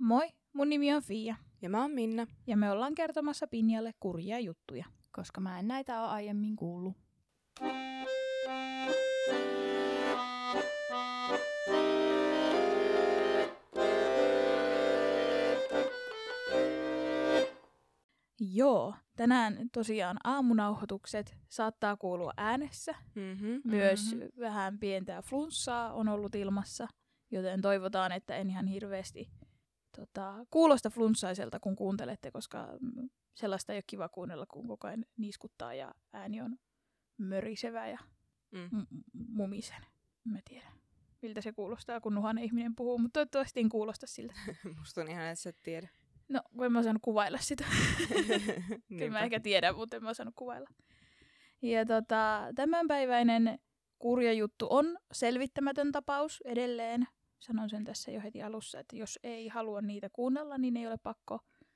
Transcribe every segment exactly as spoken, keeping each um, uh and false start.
Moi, mun nimi on Fia. Ja mä oon Minna. Ja me ollaan kertomassa Pinjalle kurjia juttuja. Koska mä en näitä ole aiemmin kuullut. Joo, tänään tosiaan aamunauhoitukset saattaa kuulua äänessä. Mm-hmm. Myös Mm-hmm. vähän pientä flunssaa on ollut ilmassa, joten toivotaan, että en ihan hirveästi tota, kuulosta flunssaiselta, kun kuuntelette, koska sellaista ei ole kiva kuunnella, kun koko ajan niiskuttaa ja ääni on mörisevä ja Mm. m- mumisen. Mä tiedän, miltä se kuulostaa, kun nuhainen ihminen puhuu, mutta toivottavasti en kuulosta siltä. Musta on ihan, että sä et tiedä. No, kun en mä osannut kuvailla sitä. Kyllä Niinpä. mä ehkä tiedän, mutta en mä osannut kuvailla. Ja tota, tämänpäiväinen kurja juttu on selvittämätön tapaus edelleen. Sanon sen tässä jo heti alussa, että jos ei halua niitä kuunnella, niin ei ole pakko.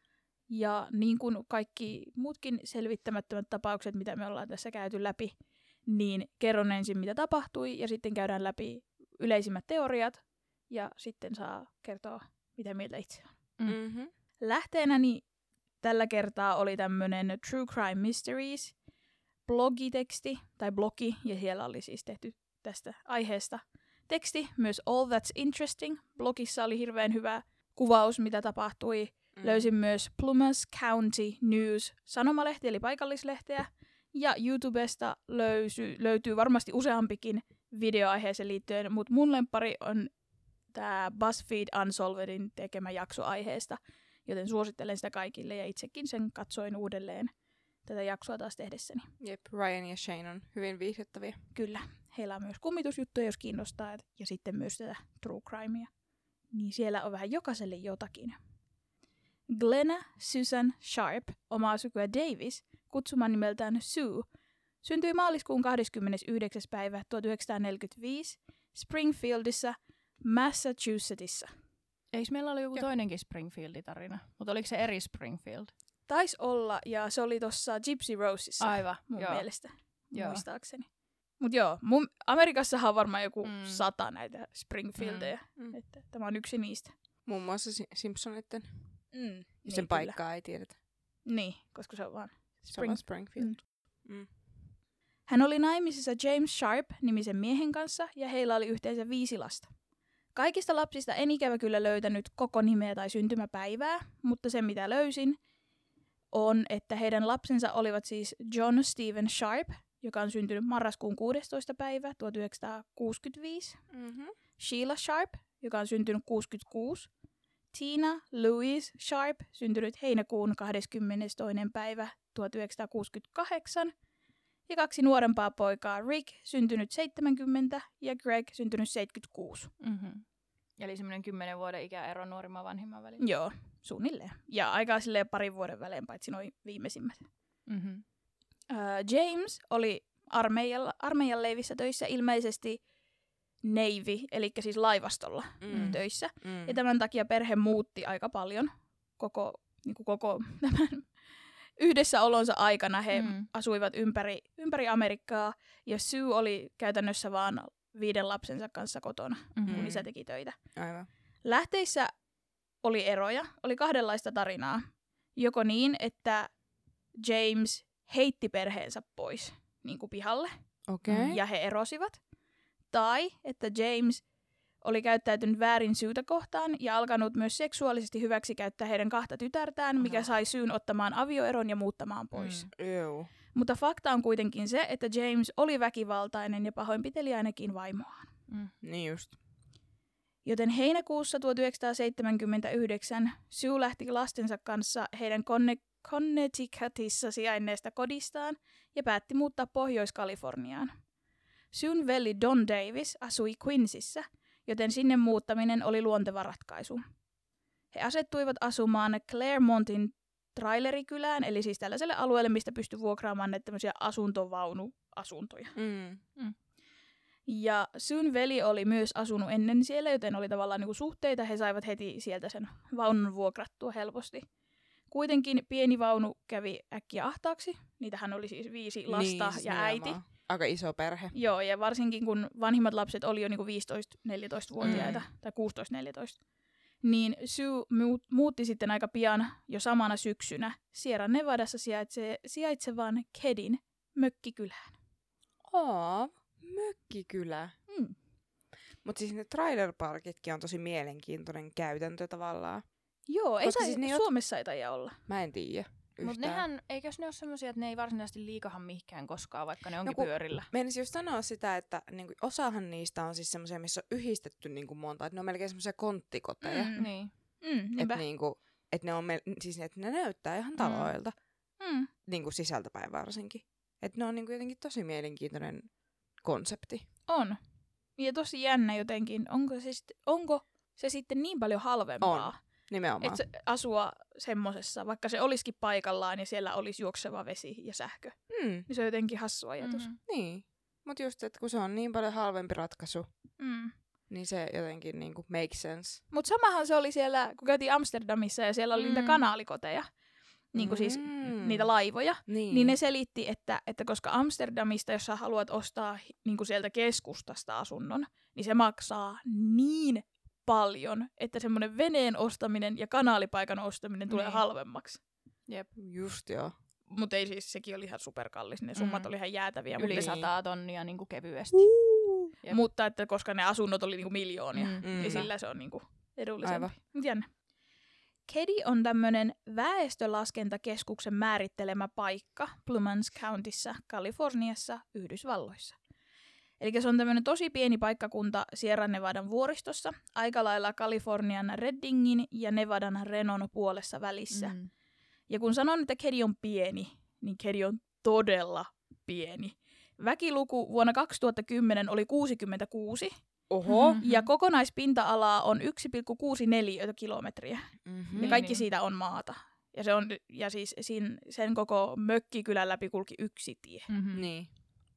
Ja niin kuin kaikki muutkin selvittämättömät tapaukset, mitä me ollaan tässä käyty läpi, niin kerron ensin, mitä tapahtui, ja sitten käydään läpi yleisimmät teoriat, ja sitten saa kertoa, mitä mieltä itse on. Mm-hmm. Lähteenäni tällä kertaa oli tämmönen True Crime Mysteries blogiteksti, tai blogi, ja siellä oli siis tehty tästä aiheesta teksti. Myös All That's Interesting blogissa oli hirveän hyvä kuvaus, mitä tapahtui. Mm. Löysin myös Plumas County News sanomalehti, eli paikallislehteä. Ja YouTubesta löysy, löytyy varmasti useampikin videoaiheeseen liittyen, mutta mun lemppari on tämä BuzzFeed Unsolvedin tekemä jakso aiheesta, joten suosittelen sitä kaikille ja itsekin sen katsoin uudelleen tätä jaksoa taas tehdessäni. Jep, Ryan ja Shane on hyvin viihdyttäviä. Kyllä, heillä on myös kummitusjuttuja, jos kiinnostaa, et- ja sitten myös tätä true crimea. Niin siellä on vähän jokaiselle jotakin. Glenna Susan Sharp, omaa sukua Davis, kutsumaan nimeltään Sue, syntyi maaliskuun kahdeskymmenesyhdeksäs päivä tuhatyhdeksänsataaneljäkymmentäviisi Springfieldissa, Massachusettsissa. Eikö meillä ollut joku Joo. toinenkin Springfield-tarina? Mutta oliko se eri Springfield? Taisi olla, ja se oli tuossa Gypsy Roseissa Aivan, mun joo. mielestä, Joo. muistaakseni. Mut joo, mun, Amerikassahan on varmaan joku Mm. sata näitä Springfieldeja, Mm. että tämä on yksi niistä. Muun muassa Si- Simpsonitten. Mm, Ja sen paikkaa ei tiedetä. Niin, koska se on vaan Se on Spring. vaan Springfield. Mm. Mm. Hän oli naimisissa James Sharp-nimisen miehen kanssa ja heillä oli yhteensä viisi lasta. Kaikista lapsista en ikävä kyllä löytänyt koko nimeä tai syntymäpäivää, mutta se mitä löysin on, että heidän lapsensa olivat siis John Stephen Sharp, joka on syntynyt marraskuun kuudestoista päivä tuhatyhdeksänsataakuusikymmentäviisi, Mm-hmm. Sheila Sharp, joka on syntynyt kuusikymmentäkuusi, Tina Louise Sharp, syntynyt heinäkuun kahdeskymmenestoinen päivä tuhatyhdeksänsataakuusikymmentäkahdeksan, ja kaksi nuorempaa poikaa, Rick, syntynyt seitsemänkymmentä, ja Greg, syntynyt seitsemänkymmentäkuusi. Mm-hmm. Eli semmoinen kymmenen vuoden ikäero nuorimman vanhimman välillä. Joo, suunnilleen. Ja aika silleen parin vuoden välein, paitsi noin viimeisimmät. Mm-hmm. Uh, James oli armeijalla, armeijan leivissä töissä, ilmeisesti Navy, eli siis laivastolla Mm. töissä. Mm. Ja tämän takia perhe muutti aika paljon koko, niin kuin koko tämän yhdessäolonsa aikana. He Mm. asuivat ympäri, ympäri Amerikkaa, ja Sue oli käytännössä vaan viiden lapsensa kanssa kotona, Mm-hmm. kun Mm. isä teki töitä. Aivan. Lähteissä oli eroja, oli kahdenlaista tarinaa. Joko niin, että James heitti perheensä pois niin kuin pihalle, Okei. Okay. ja he erosivat. Tai että James oli käyttäytynyt väärin Sueta kohtaan ja alkanut myös seksuaalisesti hyväksikäyttää heidän kahta tytärtään, mikä Aha. sai Suen ottamaan avioeron ja muuttamaan pois. Mm. Ew. Mutta fakta on kuitenkin se, että James oli väkivaltainen ja pahoinpiteli ainakin vaimoaan. Mm. Niin just. Joten heinäkuussa tuhatyhdeksänsataaseitsemänkymmentäyhdeksän Sue lähti lastensa kanssa heidän Conne- Connecticutissa sijainneesta kodistaan ja päätti muuttaa Pohjois-Kaliforniaan. Suen veli Don Davis asui Quincyssä, joten sinne muuttaminen oli luonteva ratkaisu. He asettuivat asumaan Claremontin trailerikylään, eli siis tällaiselle alueelle, mistä pystyi vuokraamaan näitä tämmöisiä asuntovaunuasuntoja. Mm. Ja Suen veli oli myös asunut ennen siellä, joten oli tavallaan niinku suhteita. He saivat heti sieltä sen vaunun vuokrattua helposti. Kuitenkin pieni vaunu kävi äkkiä ahtaaksi. Niitähän oli siis viisi lasta Niin, siis ja äiti. nimenomaan. Aika iso perhe. Joo, ja varsinkin kun vanhimmat lapset oli jo niinku viisitoista neljätoista-vuotiaita, Mm. tai kuusitoista neljätoista, niin Sue muut, muutti sitten aika pian jo samana syksynä Sierra Nevadassa sijaitse, sijaitsevaan Kedin mökkikylään. Oo, mökkikylä. Mm. Mutta siis ne trailerparkitkin on tosi mielenkiintoinen käytäntö tavallaan. Joo, ei Koska sai, siis ne siis jot- Suomessa ei taida olla. Mä en tiedä Mutta yhtään. nehän, eikös ne ole semmosia, että ne ei varsinaisesti liikahan mihinkään koskaan, vaikka ne onkin No kun- pyörillä. Meinasin just sanoa sitä, että niinku, osahan niistä on siis semmoisia, missä on yhdistetty niinku monta. Että ne on melkein semmoisia konttikoteja. Mm. Niin. Mm, Että niinpä. niinku, et ne, on mel- siis et ne näyttää ihan taloilta. Mm. Niinku sisältäpäin varsinkin. Että ne on niinku jotenkin tosi mielenkiintoinen konsepti. On. Ja tosi jännä jotenkin. Onko se, sit, onko se sitten niin paljon halvempaa, On. Nimenomaan. että se asua semmosessa, vaikka se olisikin paikallaan ja siellä olisi juokseva vesi ja sähkö. Mm, Niin se on jotenkin hassu ajatus. Mm-hmm. niin. Mutta just, että kun se on niin paljon halvempi ratkaisu, Mm. niin se jotenkin niinku makes sense. Mutta samahan se oli siellä, kun käytiin Amsterdamissa ja siellä oli Mm. niitä kanaalikoteja, niin kuin siis Mm. niitä laivoja, Niin. niin ne selitti, että, että koska Amsterdamista, jos sä haluat ostaa niin kuin sieltä keskustasta asunnon, niin se maksaa niin paljon, että semmoinen veneen ostaminen ja kanaalipaikan ostaminen tulee Niin. halvemmaksi. Jep. Just joo. Mutta ei siis, sekin oli ihan superkallis, ne summat Mm. oli ihan jäätäviä. Yli mutta, sataa tonnia niinku kevyesti. Jep. mutta että koska ne asunnot oli niinku miljoonia, Mm. Mm. niin sillä se on niinku edullisempi. Aivan. Mut jännä. Kedi on tämmöinen väestölaskentakeskuksen määrittelemä paikka Plumans Countyssa, Kaliforniassa, Yhdysvalloissa. Eli se on tämmöinen tosi pieni paikkakunta Sierra Nevadan vuoristossa, aika lailla Kalifornian Reddingin ja Nevadan Renon puolessa välissä. Mm. Ja kun sanon, että Kedi on pieni, niin Kedi on todella pieni. Väkiluku vuonna kaksituhattakymmenen oli kuusikymmentäkuusi, Oho. Mhm. ja kokonaispinta-alaa on yksi pilkku kuusi neliökilometriä. Mm-hmm. Ja Niin, kaikki niin. siitä on maata. Ja, se on, ja siis sin, sen koko mökkikylän läpi kulki yksi tie. Mm-hmm. Niin.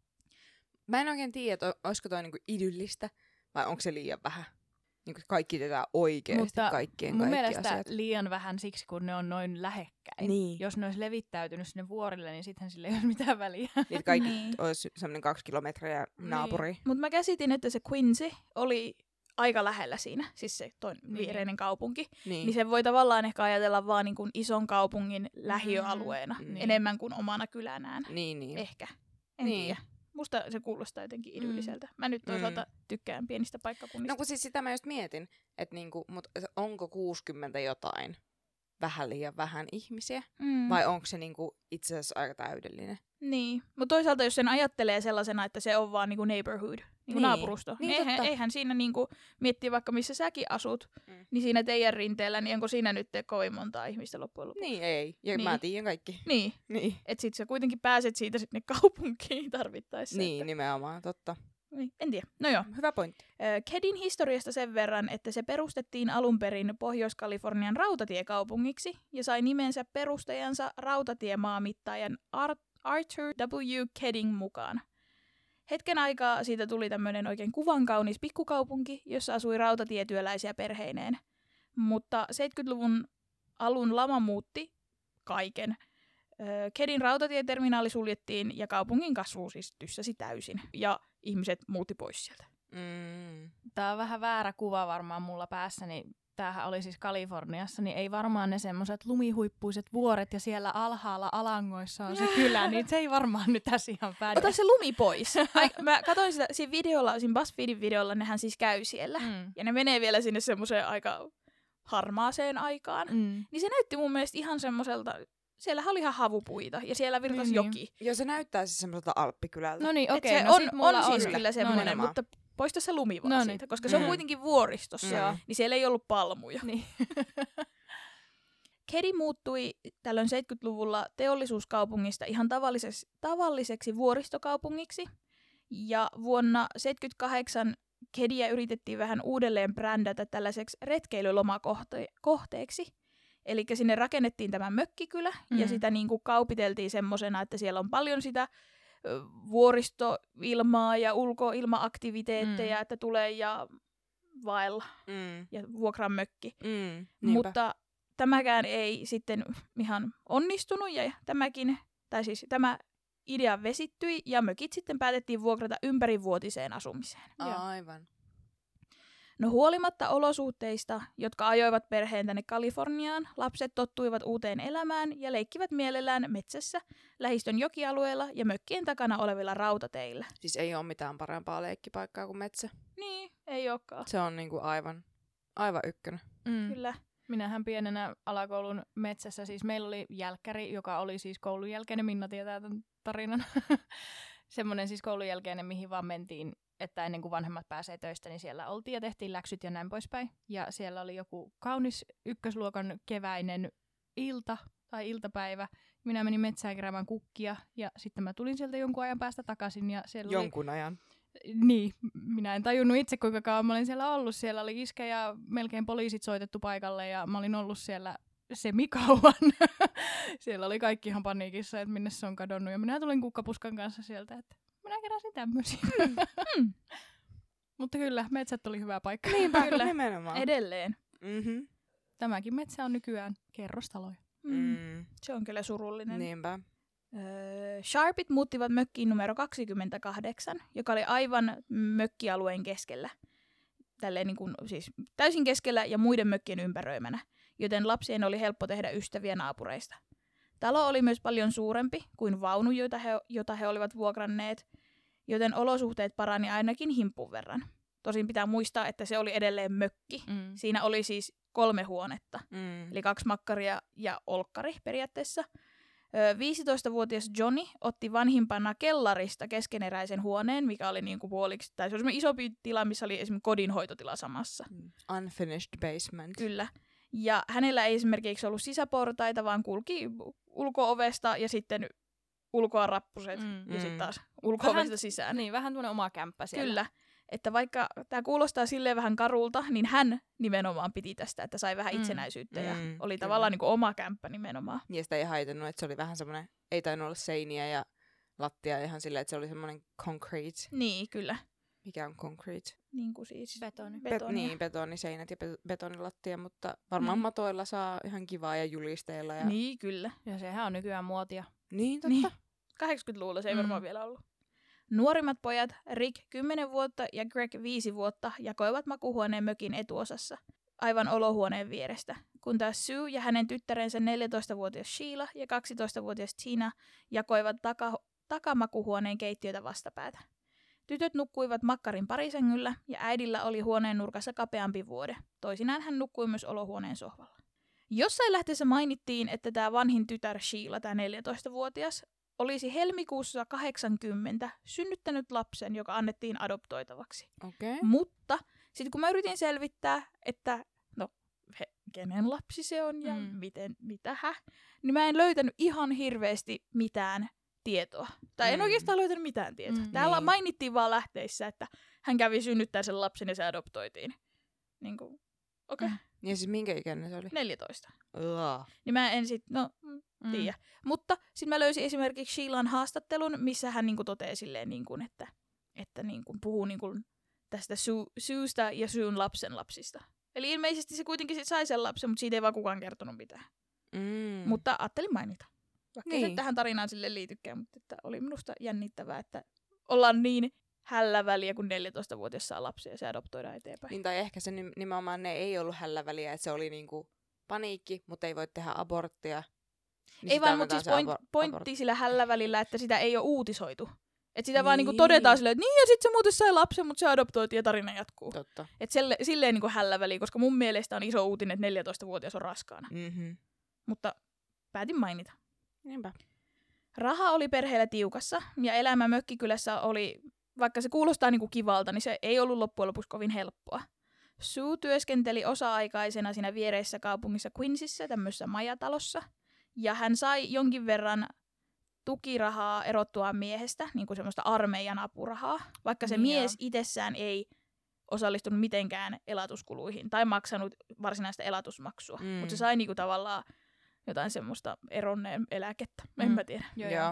Mä en oikein tiedä, että o- olisiko toi niinku idyllistä vai onko se liian vähän. Niinku kaikki tietää oikeasti Mutta kaikkien mun kaikki mielestä asiat. liian vähän siksi, kun ne on noin lähekkäin. Niin. Jos ne olisi levittäytynyt sinne vuorille, niin sittenhän sillä ei olisi mitään väliä. Niitä kaikki Niin. olisi semmoinen kaksi kilometriä naapuri. Mutta mä käsitin, että se Quincy oli aika lähellä siinä, siis se toinen Niin. viereinen kaupunki. Niin. Niin se voi tavallaan ehkä ajatella vaan niin kuin ison kaupungin lähiöalueena, Mm. enemmän kuin omana kylänään. niin, niin. Ehkä. En Niin. tiedä. Musta se kuulostaa jotenkin idylliseltä. Mä nyt toisaalta Mm. tykkään pienistä paikkakunnista. No kun siis sitä mä just mietin, että niinku, mut onko kuusikymmentä jotain vähän liian vähän ihmisiä? mm. Vai onko se niinku itse asiassa aika täydellinen? Niin, mutta toisaalta jos sen ajattelee sellaisena, että se on vaan niinku neighborhood, niinku Niin. naapurusto, Niin, niin eihän, totta. eihän siinä niinku, miettii vaikka missä säkin asut, Mm. niin siinä teidän rinteellä, niin onko siinä nyt kovin montaa ihmistä loppujen lopuksi? Niin ei. Ja Niin. mä tiedän kaikki. Niin, Niin. että sit sä kuitenkin pääset siitä sinne kaupunkiin tarvittaessa. Niin, että, nimenomaan, totta. niin, en tiedä. No joo. Hyvä pointti. Ö, Kedin historiasta sen verran, että se perustettiin alun perin Pohjois-Kalifornian rautatiekaupungiksi ja sai nimensä perustajansa rautatiemaamittajan Ar- Arthur W. Keding mukaan. Hetken aikaa siitä tuli tämmöinen oikein kuvankaunis pikkukaupunki, jossa asui rautatietyöläisiä perheineen. Mutta seitsemänkymmentäluvun alun lama muutti kaiken. Ö, Kedin rautatieterminaali suljettiin ja kaupungin kasvu siis tyssäsi täysin. Ja ihmiset muutti pois sieltä. Mm. Tää on vähän väärä kuva varmaan mulla päässäni. Tämähän oli siis Kaliforniassa, niin ei varmaan ne semmoiset lumihuippuiset vuoret ja siellä alhaalla alangoissa on se kylä, niin se ei varmaan nyt tässä ihan päde. Ota se lumi pois. Ai, mä katsoin sitä siinä videolla, siinä BuzzFeedin videolla, nehän siis käy siellä. Mm. Ja ne menee vielä sinne semmoiseen aika harmaaseen aikaan. Mm. Niin se näytti mun mielestä ihan semmoiselta, siellähän oli ihan havupuita ja siellä virtasi Niin, joki. Joo, se näyttää siis semmoiselta alppikylältä. No niin, Et okei. se no on, sit mulla on siis kyllä. kyllä No semmoinen, nimenomaan. mutta poista se lumi vaan No niin. siitä, koska se on Mm. kuitenkin vuoristossa, Joo. niin siellä ei ollut palmuja. Niin. Kedi muuttui tällöin seitsemänkymmentäluvulla teollisuuskaupungista ihan tavalliseksi, tavalliseksi vuoristokaupungiksi. Ja vuonna tuhatyhdeksänsataaseitsemänkymmentäkahdeksan Kediä yritettiin vähän uudelleen brändätä tällaiseksi retkeilylomakohteeksi. Eli sinne rakennettiin tämä mökkikylä Mm. ja sitä niin kuin kaupiteltiin semmosena, että siellä on paljon sitä ö, vuoristoilmaa ja ulkoilmaaktiviteetteja, Mm. että tulee ja vaella Mm. ja vuokraa mökki. Mm. Niinpä. Mutta tämäkään ei sitten ihan onnistunut ja tämäkin, tai siis tämä idea vesittyi ja mökit sitten päätettiin vuokrata ympärivuotiseen asumiseen. Aivan. No huolimatta olosuhteista, jotka ajoivat perheen tänne Kaliforniaan, lapset tottuivat uuteen elämään ja leikkivät mielellään metsässä, lähistön jokialueella ja mökkien takana olevilla rautateillä. Siis ei ole mitään parempaa leikkipaikkaa kuin metsä. Niin, ei olekaan. Se on niinku aivan, aivan ykkönen. Mm. Kyllä. Minähän pienenä alakoulun metsässä, siis meillä oli jälkkäri, joka oli siis koulun jälkeinen, Minna tietää tämän tarinan. Semmoinen siis koulun jälkeinen, mihin vaan mentiin, että ennen kuin vanhemmat pääsee töistä, niin siellä oltiin ja tehtiin läksyt ja näin poispäin. Ja siellä oli joku kaunis ykkösluokan keväinen ilta tai iltapäivä. Minä menin metsään keräämään kukkia ja sitten mä tulin sieltä jonkun ajan päästä takaisin. Ja siellä Jonkun oli... ajan. Niin, minä en tajunnut itse kuinka kauan mä olin siellä ollut. Siellä oli iskä ja melkein poliisit soitettu paikalle ja mä olin ollut siellä semikauan. Siellä oli kaikki ihan paniikissa, että minne se on kadonnut. Ja minä tulin kukkapuskan kanssa sieltä, että minä keräsin tämmöisiä. Mm. Mutta kyllä, metsät oli hyvä paikka. Niinpä, Kyllä. nimenomaan. Edelleen. Mm-hmm. Tämäkin metsä on nykyään kerrostaloja. Mm. Mm. Se on kyllä surullinen. Niinpä. Öö, Sharpit muuttivat mökkiin numero kaksikymmentäkahdeksan, joka oli aivan mökkialueen keskellä. Tälleen niin kuin, siis täysin keskellä ja muiden mökkien ympäröimänä, joten lapsien oli helppo tehdä ystäviä naapureista. Talo oli myös paljon suurempi kuin vaunu, jota he, jota he olivat vuokranneet, joten olosuhteet parani ainakin himpun verran. Tosin pitää muistaa, että se oli edelleen mökki. Mm. Siinä oli siis kolme huonetta, Mm. eli kaksi makkaria ja olkkari periaatteessa. Ö, viisitoistavuotias Johnny otti vanhimpana kellarista keskeneräisen huoneen, mikä oli niinku puoliksi, tai se oli isompi tila, missä oli esimerkiksi kodinhoitotila samassa. Mm. Unfinished basement. Kyllä. Ja hänellä ei esimerkiksi ollut sisäportaita, vaan kulki ulko-ovesta ja sitten ulkoa rappuset Mm. ja Mm. sitten taas ulko-ovesta sisään. Niin, vähän tuonne oma kämppä siellä. Kyllä. Että vaikka tämä kuulostaa silleen vähän karulta, niin hän nimenomaan piti tästä, että sai vähän Mm. itsenäisyyttä ja Mm, oli kyllä. tavallaan niin kuin oma kämppä nimenomaan. Ja sitä ei haitannut, että se oli vähän semmoinen, ei tainnut olla seiniä ja lattia ihan silleen, että se oli semmoinen concrete. Niin, kyllä. Mikä on concrete? Niin kuin siis Betoni. Bet- betonia. niin, betoniseinät ja be- betonilattia, mutta varmaan Mm. matoilla saa ihan kivaa ja julisteilla. Ja... Niin, kyllä. Ja sehän on nykyään muotia. Niin, totta. Niin. kahdeksankymmentäluvulla se ei Mm. varmaan vielä ollut. Nuorimmat pojat, Rick kymmenen vuotta ja Greg viisi vuotta, jakoivat makuuhuoneen mökin etuosassa, aivan olohuoneen vierestä, kun taas Sue ja hänen tyttärensä neljätoistavuotias Sheila ja kaksitoistavuotias Tina jakoivat taka- takamakuuhuoneen keittiötä vastapäätä. Tytöt nukkuivat makkarin parisängyllä ja äidillä oli huoneen nurkassa kapeampi vuode. Toisinaan hän nukkui myös olohuoneen sohvalla. Jossain lähteessä mainittiin, että tämä vanhin tytär Sheila, tämä neljätoistavuotias, olisi helmikuussa kahdeksankymmentä synnyttänyt lapsen, joka annettiin adoptoitavaksi. Okei. Okay. Mutta sitten kun mä yritin selvittää, että no, he, kenen lapsi se on ja Mm. miten, mitä hä, niin mä en löytänyt ihan hirveästi mitään tietoa. Tai en Mm. oikeastaan löytänyt mitään tietoa. Mm. Täällä Niin. mainittiin vaan lähteissä, että hän kävi synnyttää sen lapsen ja se adoptoitiin. Niin kuin, okei, okay. Mm. Ja siis minkä ikäinen se oli? neljätoista. Ugh. Niin mä en sit, no, mm, Mm. tiedä. Mutta sitten mä löysin esimerkiksi Sheilan haastattelun, missä hän niinku toteaa silleen, niinku, että, että niinku, puhuu niinku, tästä Su- Suesta ja Suen lapsen lapsista. Eli ilmeisesti se kuitenkin sit sai sen lapsen, mutta siitä ei vaan kukaan kertonut mitään. Mm. Mm. Mutta ajattelin mainita. Vaikka niin. Niin. se tähän tarinaan sille liitykään, mutta että oli minusta jännittävää, että ollaan niin hällä väliä, kun neljätoistavuotias saa lapsia ja se adoptoidaan eteenpäin. Niin, tai ehkä se nim- nimenomaan ne ei ollut hällä väliä, että se oli niinku paniikki, mutta ei voi tehdä aborttia. Niin Ei sitä vaan, mutta annetaan siis se point, abor- pointti sillä hällä välillä, että sitä ei ole uutisoitu. Että sitä niin. vaan niinku Niin. todetaan silleen, että niin ja sit se muuten sai lapsen, mutta se adoptoitiin ja tarina jatkuu. Totta. Että sille, silleen niinku hällä väliä, koska mun mielestä on iso uutinen, että neljätoistavuotias on raskaana. Mhm. Mutta päätin mainita. Niinpä. Raha oli perheellä tiukassa ja elämä mökkikylässä oli, vaikka se kuulostaa niinku kivalta, niin se ei ollut loppujen lopuksi kovin helppoa. Sue työskenteli osa-aikaisena siinä viereisessä kaupungissa Quincyssä, tämmöisessä majatalossa. Ja hän sai jonkin verran tukirahaa erottua miehestä, niin kuin semmoista armeijan apurahaa, vaikka se Niin mies joo. itsessään ei osallistunut mitenkään elatuskuluihin tai maksanut varsinaista elatusmaksua. Mm. Mutta se sai niinku tavallaan jotain semmoista eronneen eläkettä, en Mm. mä tiedä. Joo, Joo. joo.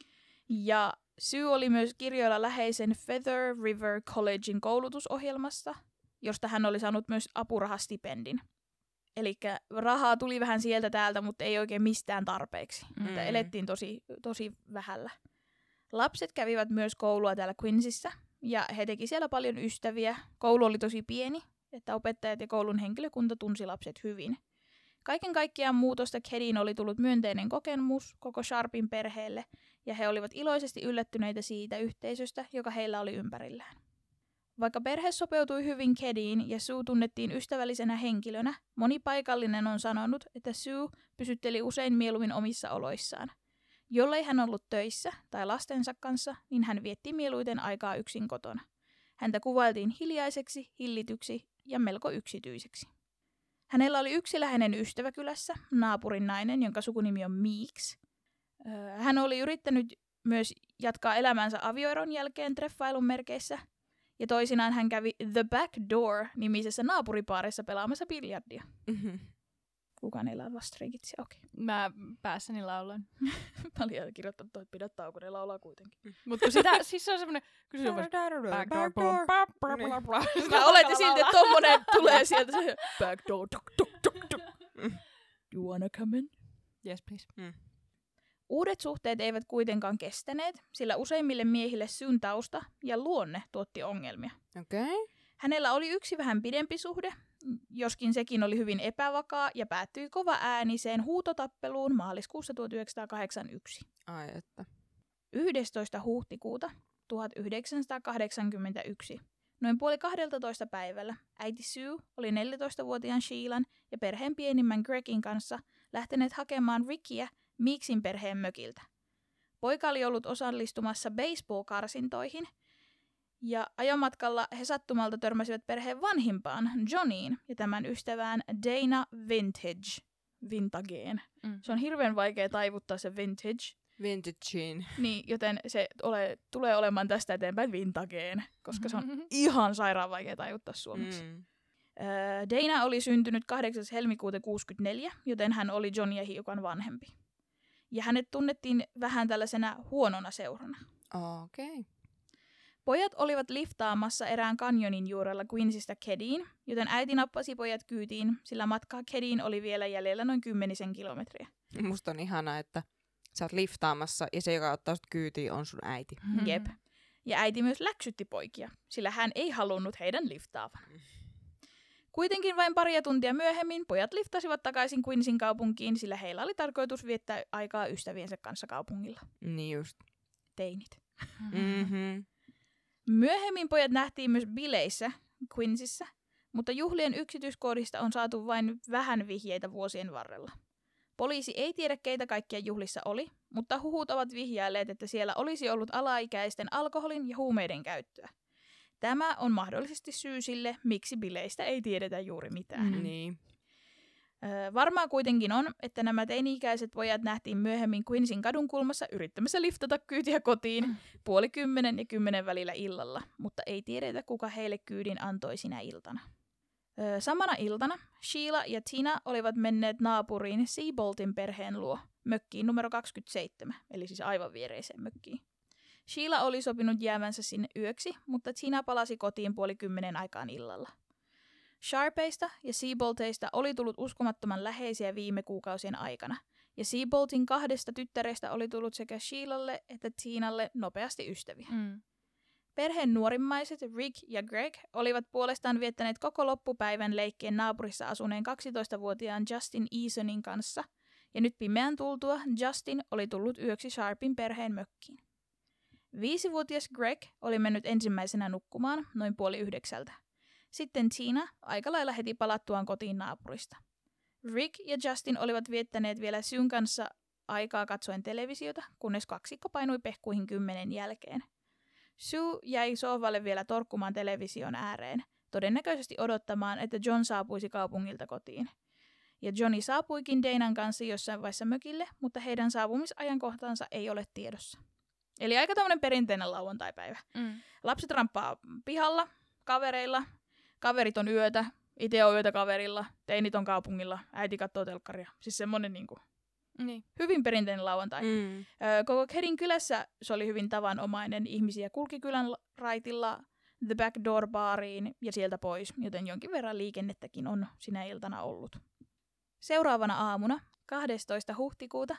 Ja Sue oli myös kirjoilla läheisen Feather River Collegein koulutusohjelmassa, josta hän oli saanut myös apurahastipendin. Eli rahaa tuli vähän sieltä täältä, mutta ei oikein mistään tarpeeksi. Mm. Että elettiin tosi, tosi vähällä. Lapset kävivät myös koulua täällä Quincyssä, ja he teki siellä paljon ystäviä. Koulu oli tosi pieni, että opettajat ja koulun henkilökunta tunsi lapset hyvin. Kaiken kaikkiaan muutosta Kediin oli tullut myönteinen kokemus koko Sharpin perheelle, ja he olivat iloisesti yllättyneitä siitä yhteisöstä, joka heillä oli ympärillään. Vaikka perhe sopeutui hyvin Kediin ja Sue tunnettiin ystävällisenä henkilönä, moni paikallinen on sanonut, että Sue pysytteli usein mieluummin omissa oloissaan. Jollei hän ollut töissä tai lastensa kanssa, niin hän vietti mieluiten aikaa yksin kotona. Häntä kuvailtiin hiljaiseksi, hillityksi ja melko yksityiseksi. Hänellä oli yksi läheinen ystävä kylässä, naapurin nainen, jonka sukunimi on Meeks. Hän oli yrittänyt myös jatkaa elämänsä avioeron jälkeen treffailun merkeissä, ja toisinaan hän kävi The Back Door-nimisessä naapuripaarissa pelaamassa biljardia. Mm-hmm. Kukaan ei laulaa streikitsi, okei. Okay. Mä päässäni laulan. Mä olin kirjoittanut, että pidä tauko, ne laulaa kuitenkin. Mutta sitä, siis se on semmonen, kysy joku, back door, mä oletin silti, että tommonen tulee sieltä se back door, tuk, tuk, tuk, tuk. You wanna come in? Yes, please. Mm. Uudet suhteet eivät kuitenkaan kestäneet, sillä useimmille miehille Suen tausta ja luonne tuotti ongelmia. Okei. Okay. Hänellä oli yksi vähän pidempi suhde, joskin sekin oli hyvin epävakaa ja päättyi kova ääniseen huutotappeluun maaliskuussa tuhatyhdeksänsataakahdeksankymmentäyksi. Ai että. yhdestoista huhtikuuta tuhatyhdeksänsataakahdeksankymmentäyksi. Noin puoli kahdeltatoista päivällä äiti Sue oli neljätoistavuotiaan Sheilan ja perheen pienimmän Gregin kanssa lähteneet hakemaan Rickiä Meeksin perheen mökiltä. Poika oli ollut osallistumassa baseball-karsintoihin, ja ajomatkalla he sattumalta törmäsivät perheen vanhimpaan, Johnnyin, ja tämän ystävään Dana Vintage. Vintageen. Mm. Se on hirveän vaikea taivuttaa se vintage. Vintageen. Niin, joten se ole, tulee olemaan tästä eteenpäin Vintageen, koska se on ihan sairaan vaikea taivuttaa suomeksi. Mm. Dana oli syntynyt kahdeksas helmikuuta kuusikymmentäneljä, joten hän oli Johnia hiukan vanhempi. Ja hänet tunnettiin vähän tällaisena huonona seurana. Okei. Okay. Pojat olivat liftaamassa erään kanjonin juurella Queensista Kediin, joten äiti nappasi pojat kyytiin, sillä matkaa Kediin oli vielä jäljellä noin kymmenisen kilometriä. Musta on ihanaa, että sä oot liftaamassa ja se, joka ottaa sut kyytiin, on sun äiti. Mm-hmm. Jep. Ja äiti myös läksytti poikia, sillä hän ei halunnut heidän liftaavan. Kuitenkin vain paria tuntia myöhemmin pojat liftasivat takaisin Queensin kaupunkiin, sillä heillä oli tarkoitus viettää aikaa ystäviensä kanssa kaupungilla. Niin just. Teinit. Mm-hmm. Myöhemmin pojat nähtiin myös bileissä Queensissä, mutta juhlien yksityiskohdista on saatu vain vähän vihjeitä vuosien varrella. Poliisi ei tiedä, keitä kaikkia juhlissa oli, mutta huhut ovat vihjailleet, että siellä olisi ollut alaikäisten alkoholin ja huumeiden käyttöä. Tämä on mahdollisesti syy sille, miksi bileistä ei tiedetä juuri mitään. Mm. Niin. Öö, varmaa kuitenkin on, että nämä teini-ikäiset pojat nähtiin myöhemmin Queensin kadunkulmassa yrittämässä liftata kyytiä kotiin mm. puoli kymmenen ja kymmenen välillä illalla, mutta ei tiedetä, kuka heille kyydin antoi sinä iltana. Öö, samana iltana Sheila ja Tina olivat menneet naapuriin Seaboltin perheen luo, mökkiin numero kaksikymmentäseitsemän, eli siis aivan viereiseen mökkiin. Sheila oli sopinut jäävänsä sinne yöksi, mutta Tina palasi kotiin puoli kymmenen aikaan illalla. Sharpeista ja Seabolteista oli tullut uskomattoman läheisiä viime kuukausien aikana, ja Seaboltin kahdesta tyttärestä oli tullut sekä Sheilalle että Tinalle nopeasti ystäviä. Mm. Perheen nuorimmaiset Rick ja Greg olivat puolestaan viettäneet koko loppupäivän leikkien naapurissa asuneen kaksitoistavuotiaan Justin Easonin kanssa, ja nyt pimeän tultua Justin oli tullut yöksi Sharpin perheen mökkiin. Viisivuotias Greg oli mennyt ensimmäisenä nukkumaan noin puoli yhdeksältä. Sitten Tina aika lailla heti palattuaan kotiin naapurista. Rick ja Justin olivat viettäneet vielä Suen kanssa aikaa katsoen televisiota, kunnes kaksikko painui pehkuihin kymmenen jälkeen. Sue jäi sohvalle vielä torkkumaan television ääreen, todennäköisesti odottamaan, että John saapuisi kaupungilta kotiin. Ja Johnny saapuikin Danan kanssa jossain vaiheessa mökille, mutta heidän saapumisajankohtaansa ei ole tiedossa. Eli aika tämmöinen perinteinen lauantaipäivä. Mm. Lapset ramppaa pihalla, kavereilla, kaverit on yötä, itse on yötä kaverilla, teinit on kaupungilla, äiti katsoo telkkaria. Siis semmoinen niinku, niin. hyvin perinteinen lauantai. Mm. Ö, koko Kedin kylässä se oli hyvin tavanomainen. Ihmisiä kulki kylän raitilla The Back Door baariin ja sieltä pois, joten jonkin verran liikennettäkin on sinä iltana ollut. Seuraavana aamuna, kahdestoista huhtikuuta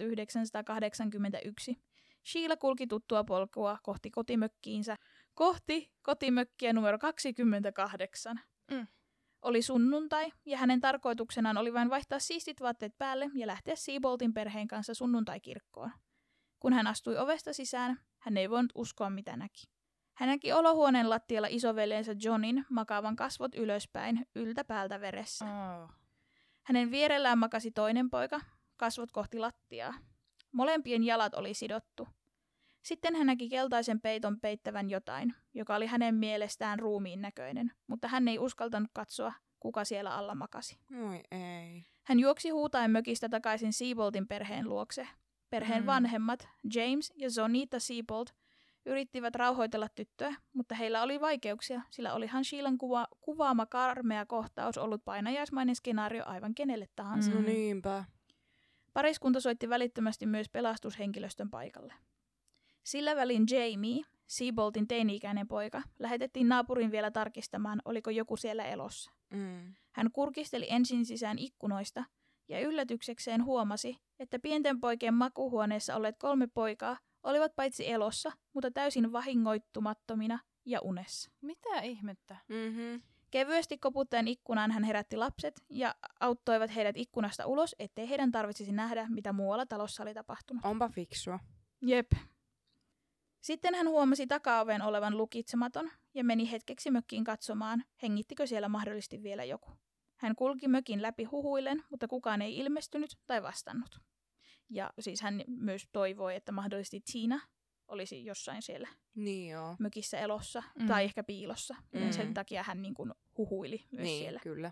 tuhatyhdeksänsataakahdeksankymmentäyksi, Sheila kulki tuttua polkua kohti kotimökkiinsä, kohti kotimökkiä numero kaksikymmentäkahdeksan. Mm. Oli sunnuntai, ja hänen tarkoituksenaan oli vain vaihtaa siistit vaatteet päälle ja lähteä Seaboltin perheen kanssa sunnuntaikirkkoon. Kun hän astui ovesta sisään, hän ei voinut uskoa mitä näki. Hän näki olohuoneen lattialla isoveljensä Johnin makaavan kasvot ylöspäin, yltä päältä veressä. Oh. Hänen vierellään makasi toinen poika, kasvot kohti lattiaa. Molempien jalat oli sidottu. Sitten hän näki keltaisen peiton peittävän jotain, joka oli hänen mielestään ruumiin näköinen, mutta hän ei uskaltanut katsoa, kuka siellä alla makasi. Oi ei. Hän juoksi huutaen mökistä takaisin Seaboltin perheen luokse. Perheen Mm. vanhemmat, James ja Zonita Seabolt, yrittivät rauhoitella tyttöä, mutta heillä oli vaikeuksia, sillä olihan Sheilan kuva, kuvaama karmea kohtaus ollut painajaismainen skenaario aivan kenelle tahansa. Mm. No niinpä. Pariskunta soitti välittömästi myös pelastushenkilöstön paikalle. Sillä välin Jamie, Seaboltin teini-ikäinen poika, lähetettiin naapurin vielä tarkistamaan, oliko joku siellä elossa. Mm. Hän kurkisteli ensin sisään ikkunoista ja yllätyksekseen huomasi, että pienten poikien makuuhuoneessa olleet kolme poikaa olivat paitsi elossa, mutta täysin vahingoittumattomina ja unessa. Mitä ihmettä? Mm-hmm. Kevyesti koputtaen ikkunaan hän herätti lapset ja auttoivat heidät ikkunasta ulos, ettei heidän tarvitsisi nähdä, mitä muualla talossa oli tapahtunut. Onpa fiksua. Jep. Sitten hän huomasi takaoven olevan lukitsematon ja meni hetkeksi mökkiin katsomaan, hengittikö siellä mahdollisesti vielä joku. Hän kulki mökin läpi huhuillen, mutta kukaan ei ilmestynyt tai vastannut. Ja siis hän myös toivoi, että mahdollisesti Tina olisi jossain siellä Niin joo. mökissä elossa Mm. tai ehkä piilossa. Mm. Sen takia hän niin kuin huhuili myös Niin, siellä. kyllä.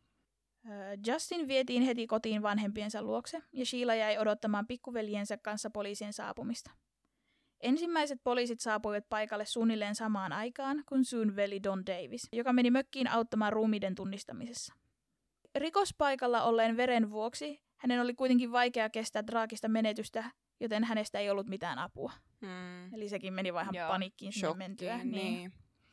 Justin vietiin heti kotiin vanhempiensa luokse ja Sheila jäi odottamaan pikkuveljensä kanssa poliisien saapumista. Ensimmäiset poliisit saapuivat paikalle suunnilleen samaan aikaan kuin Suun veli Don Davis, joka meni mökkiin auttamaan ruumiiden tunnistamisessa. Rikospaikalla olleen veren vuoksi hänen oli kuitenkin vaikea kestää traagista menetystä, joten hänestä ei ollut mitään apua. Mm. Eli sekin meni vaan ihan Joo, paniikkiin sinne mentyä. Shokkiin, niin.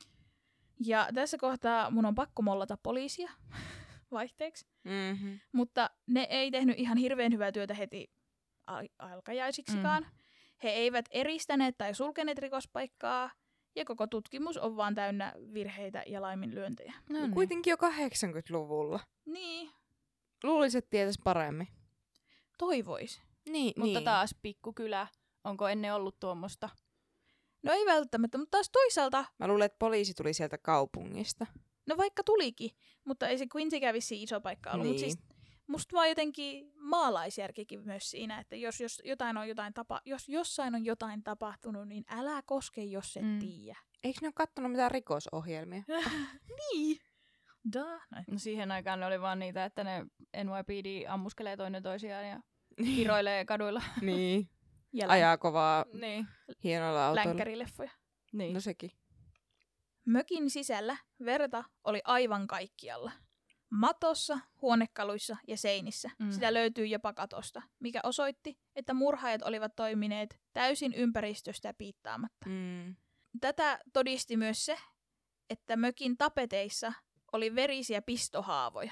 Ja tässä kohtaa mun on pakko mollata poliisia vaihteeksi. Mm-hmm. Mutta ne ei tehnyt ihan hirveän hyvää työtä heti al- alkajaisiksikaan. Mm. He eivät eristäneet tai sulkeneet rikospaikkaa, ja koko tutkimus on vaan täynnä virheitä ja laiminlyöntejä. No niin. Kuitenkin jo kahdeksankymmentäluvulla. Niin, Luulisin, että tietäisi paremmin. toivois. Niin, Mutta niin. taas pikkukylä. Onko ennen ollut tuommoista? No ei välttämättä, mutta taas toisaalta, Mä luulen, että poliisi tuli sieltä kaupungista. no vaikka tulikin, mutta ei se Quincy vissi iso paikka ollut. Niin. Mutta siis musta vaan jotenkin maalaisjärkikin myös siinä, että jos, jos, jotain on jotain tapa, jos jossain on jotain tapahtunut, niin älä koske, jos et Mm. tiedä. Eikö ne ole kattonut mitään rikosohjelmia? Niin. Da. Noin. No siihen aikaan ne oli vaan niitä, että ne N Y P D ammuskelee toinen toisiaan ja kiroilee kaduilla. niin. Ja Ajaa kovaa niin. hienoilla autoilla. länkkärileffoja. niin. No sekin. Mökin sisällä verta oli aivan kaikkialla. Matossa, huonekaluissa ja seinissä. Mm. Sitä löytyy jopa katosta, mikä osoitti, että murhaajat olivat toimineet täysin ympäristöstä piittaamatta. Mm. Tätä todisti myös se, että mökin tapeteissa oli verisiä pistohaavoja.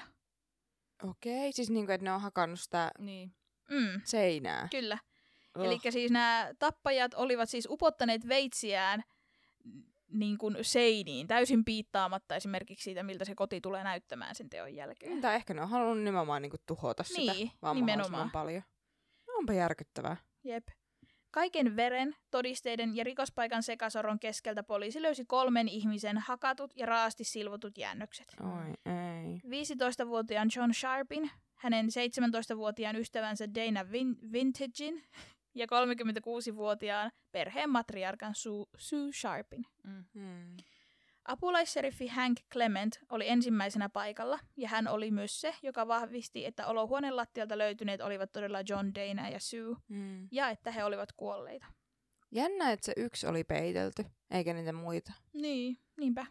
Okei, siis niinku, että ne on hakannut sitä niin. Mm, seinää. kyllä. Oh. Eli siis nämä tappajat olivat siis upottaneet veitsiään niin kuin seiniin, täysin piittaamatta esimerkiksi siitä, miltä se koti tulee näyttämään sen teon jälkeen. Tai ehkä ne on halunnut nimenomaan niinku tuhota Niin, sitä vaan nimenomaan. mahdollisimman paljon. No, onpa järkyttävää. Jep. Kaiken veren, todisteiden ja rikospaikan sekasoron keskeltä poliisi löysi kolmen ihmisen hakatut ja raasti silvotut jäännökset. Oi ei. viisitoistavuotiaan John Sharpin, hänen seitsemäntoistavuotiaan ystävänsä Dana Vin- Vintagein ja kolmekymmentäkuusivuotiaan perheen matriarkan Sue, Sue Sharpin. Mm. Hmm. Apulaisseriffi Hank Clement oli ensimmäisenä paikalla, ja hän oli myös se, joka vahvisti, että olohuoneen lattialta löytyneet olivat todella John, Dana ja Sue, Hmm. ja että he olivat kuolleita. Jännä, että se yksi oli peitelty, eikä niitä muita. Niin, niinpä.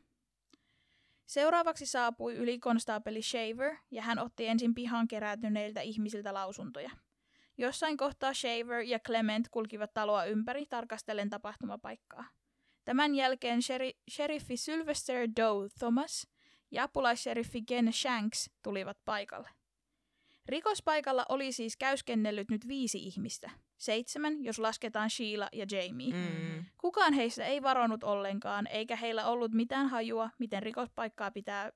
Seuraavaksi saapui ylikonstaapeli Shaver, ja hän otti ensin pihaan kerääntyneiltä ihmisiltä lausuntoja. Jossain kohtaa Shaver ja Clement kulkivat taloa ympäri tarkastellen tapahtumapaikkaa. Tämän jälkeen sheri- sheriffi Sylvester Doe Thomas ja apulaisheriffi Ken Shanks tulivat paikalle. Rikospaikalla oli siis käyskennellyt nyt viisi ihmistä. Seitsemän, jos lasketaan Sheila ja Jamie. Mm. Kukaan heistä ei varonut ollenkaan, eikä heillä ollut mitään hajua, miten rikospaikkaa pitää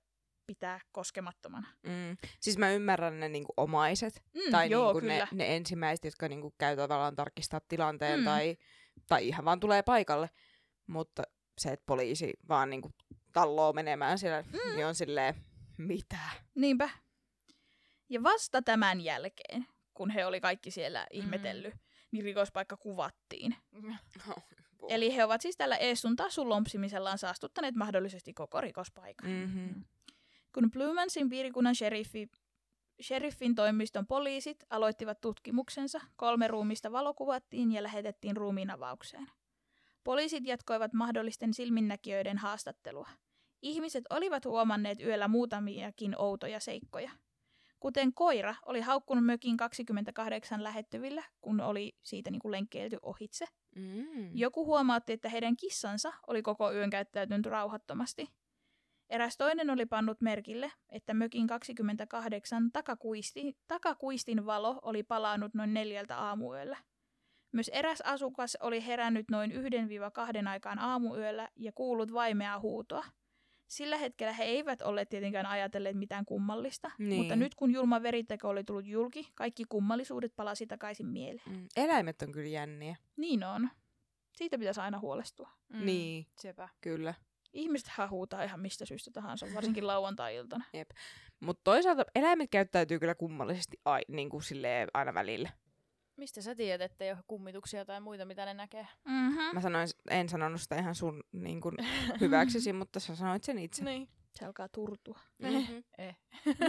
pitää koskemattomana. Mm. Siis mä ymmärrän ne niinku omaiset. Mm, tai joo, niinku ne, kyllä. ne ensimmäiset, jotka niinku käy tavallaan tarkistaa tilanteen. Mm. Tai, tai ihan vaan tulee paikalle. Mutta se, että poliisi vaan niinku talloo menemään siellä, mm. niin on silleen, mitä? Niinpä. Ja vasta tämän jälkeen, kun he oli kaikki siellä ihmetellyt, mm. niin rikospaikka kuvattiin. Oh, Eli he ovat siis tällä Eessun tasun lompsimisellaan saastuttaneet mahdollisesti koko rikospaikan. Mm-hmm. Kun Bluemansin piirikunnan sheriffi, sheriffin toimiston poliisit aloittivat tutkimuksensa, kolme ruumista valokuvattiin ja lähetettiin ruumiin avaukseen. Poliisit jatkoivat mahdollisten silminnäkijöiden haastattelua. Ihmiset olivat huomanneet yöllä muutamiakin outoja seikkoja. Kuten koira oli haukkunut mökin kaksikymmentäkahdeksan lähettyvillä, kun oli siitä niin kuin lenkkeilty ohitse. Mm. Joku huomautti, että heidän kissansa oli koko yön käyttäytynyt rauhattomasti. Eräs toinen oli pannut merkille, että mökin kaksikymmentäkahdeksan takakuisti, takakuistin valo oli palannut noin neljältä aamuyöllä. Myös eräs asukas oli herännyt noin yhden kahden aikaan aamuyöllä ja kuullut vaimeaa huutoa. Sillä hetkellä he eivät olleet tietenkään ajatelleet mitään kummallista, Niin. mutta nyt kun julma veriteko oli tullut julki, kaikki kummallisuudet palasi takaisin mieleen. Mm. Eläimet on kyllä jänniä. Niin on. Siitä pitäisi aina huolestua. Mm. Niin, Sepä. kyllä. Ihmisethän huutaa ihan mistä syystä tahansa, varsinkin lauantai-iltana. Mutta toisaalta eläimet käyttäytyy kyllä kummallisesti ai, niin kuin silleen aina välillä. Mistä sä tiedät, ettei ole kummituksia tai muita, mitä ne näkee? Mm-hmm. Mä sanoin, en sanonut sitä ihan sun niin kuin, hyväksesi, mutta sä sanoit sen itse. Niin. Se alkaa turtua. Mm-hmm. Eh.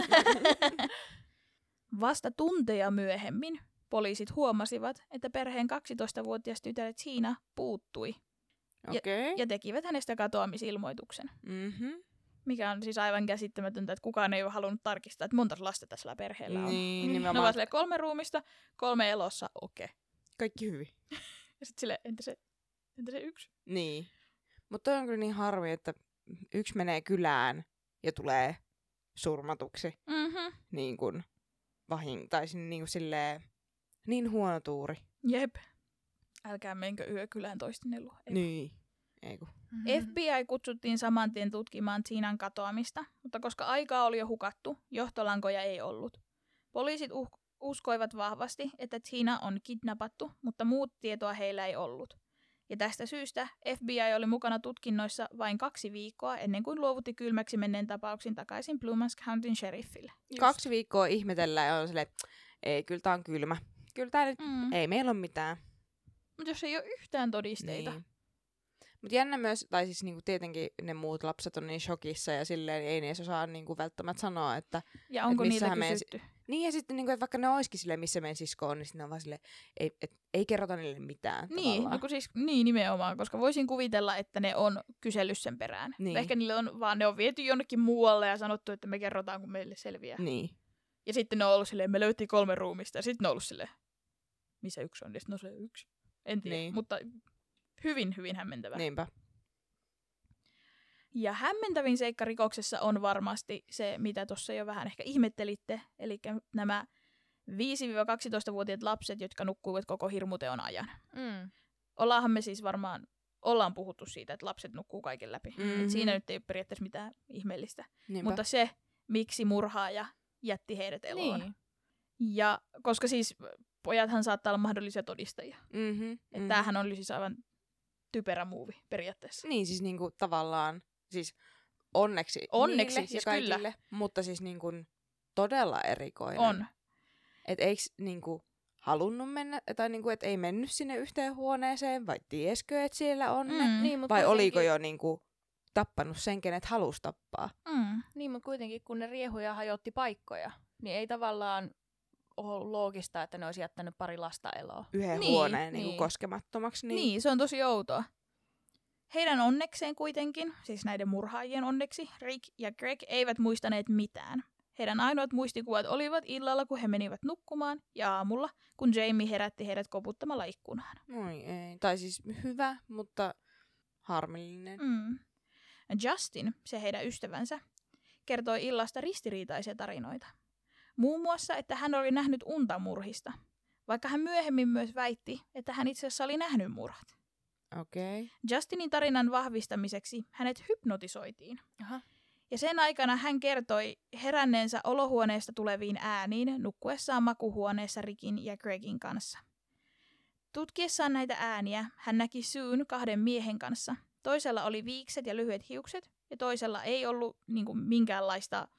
Vasta tunteja myöhemmin poliisit huomasivat, että perheen kaksitoistavuotias tytär Tina puuttui Okei. ja tekivät hänestä katoamisilmoituksen. Mm-hmm. Mikä on siis aivan käsittämätöntä, että kukaan ei ole halunnut tarkistaa, että monta lasta tässä perheellä on. Niin, Ne nimenomaan. ovat silleen kolme ruumista, kolme elossa, okei. Okay. Kaikki hyvin. Ja sitten silleen, entä se, entä se yksi? Niin. Mutta toi on kyllä niin harmi, että yksi menee kylään ja tulee surmatuksi. Mhm. Niin kuin vahin, tai niin kuin silleen, niin huono tuuri. Jep. Älkää menkö yökylään toistenne luo. Ei. Niin. Ei kun. F B I kutsuttiin saman tien tutkimaan Tinan katoamista, mutta koska aikaa oli jo hukattu, johtolankoja ei ollut. Poliisit uh- uskoivat vahvasti, että Tina on kidnappattu, mutta muut tietoa heillä ei ollut. Ja tästä syystä F B I oli mukana tutkinnoissa vain kaksi viikkoa ennen kuin luovutti kylmäksi menneen tapauksin takaisin Blumans Countyn sheriffille. Just. Kaksi viikkoa ihmetellään ja on silleen, ei, kyllä tää on kylmä. Kyllä tää nyt, Mm. ei meillä ole mitään. Mutta jos ei ole yhtään todisteita. Niin. Mutta jännä myös, tai siis niinku tietenkin ne muut lapset on niin shokissa ja silleen ei ne edes osaa niinku välttämättä sanoa, että Ja onko Et niitä missähän meidän kysytty? niin ja sitten niinku, että vaikka ne olisikin silleen, missä meidän sisko on, niin sitten ne on vaan silleen, ei, et, ei kerrota niille mitään Niin, tavallaan. no kun siis, niin nimenomaan, koska voisin kuvitella, että ne on kysellyt sen perään. Niin. Ehkä niille on, vaan ne on viety jonnekin muualle ja sanottu, että me kerrotaan, kun meille selviää. Niin. Ja sitten ne on ollut silleen, me löytiin kolme ruumista ja sitten ne on ollut silleen, missä yksi on? Ja sitten no se yksi. En tiedä, Niin. mutta hyvin, hyvin hämmentävä. Niinpä. Ja hämmentävin seikka rikoksessa on varmasti se, mitä tuossa jo vähän ehkä ihmettelitte, eli nämä viisi-kaksitoistavuotiaat lapset, jotka nukkuivat koko hirmuteon ajan. Mm. Ollaanhan me siis varmaan, ollaan puhuttu siitä, että lapset nukkuu kaiken läpi. Mhm. Et siinä nyt ei ole periaatteessa mitään ihmeellistä. Niinpä. Mutta se, miksi murhaaja jätti heidät eloon. Niin. Ja koska siis pojathan saattaa olla mahdollisia todistajia. Mm-hmm, Että mm-hmm. tämähän oli siis aivan typerä muuvi periaatteessa. Niin siis niinku tavallaan, siis onneksi, Onneksi, niille siis ja kaikille, kyllä. mutta siis niinku todella erikoinen. On. Että eikö niinku halunnut mennä, tai niinku, et ei mennyt sinne yhteen huoneeseen, vai tieskö, että siellä on ne? Mm. Niin, mut Vai kuitenkin- oliko jo niinku tappanut sen, kenet halusi tappaa? Mm. Niin, mutta kuitenkin kun ne riehuja hajotti paikkoja, niin ei tavallaan ole loogista, että ne olisi jättänyt pari lasta eloon. Yhden Niin, huoneen niinku niin. koskemattomaksi. Niin. Niin. niin, se on tosi outoa. Heidän onnekseen kuitenkin, siis näiden murhaajien onneksi, Rick ja Greg eivät muistaneet mitään. Heidän ainoat muistikuvat olivat illalla, kun he menivät nukkumaan, ja aamulla, kun Jamie herätti heidät koputtamalla ikkunaan. Moi ei. Tai siis hyvä, mutta harmillinen. Mm. Justin, se heidän ystävänsä, kertoi illasta ristiriitaisia tarinoita. Muun muassa, että hän oli nähnyt unta murhista, vaikka hän myöhemmin myös väitti, että hän itse asiassa oli nähnyt murhat. Okei. Okay. Justinin tarinan vahvistamiseksi hänet hypnotisoitiin. Aha. Ja sen aikana hän kertoi heränneensä olohuoneesta tuleviin ääniin nukkuessaan makuhuoneessa Rickin ja Gregin kanssa. Tutkiessaan näitä ääniä hän näki Suen kahden miehen kanssa. Toisella oli viikset ja lyhyet hiukset ja toisella ei ollut niin kuin, minkäänlaista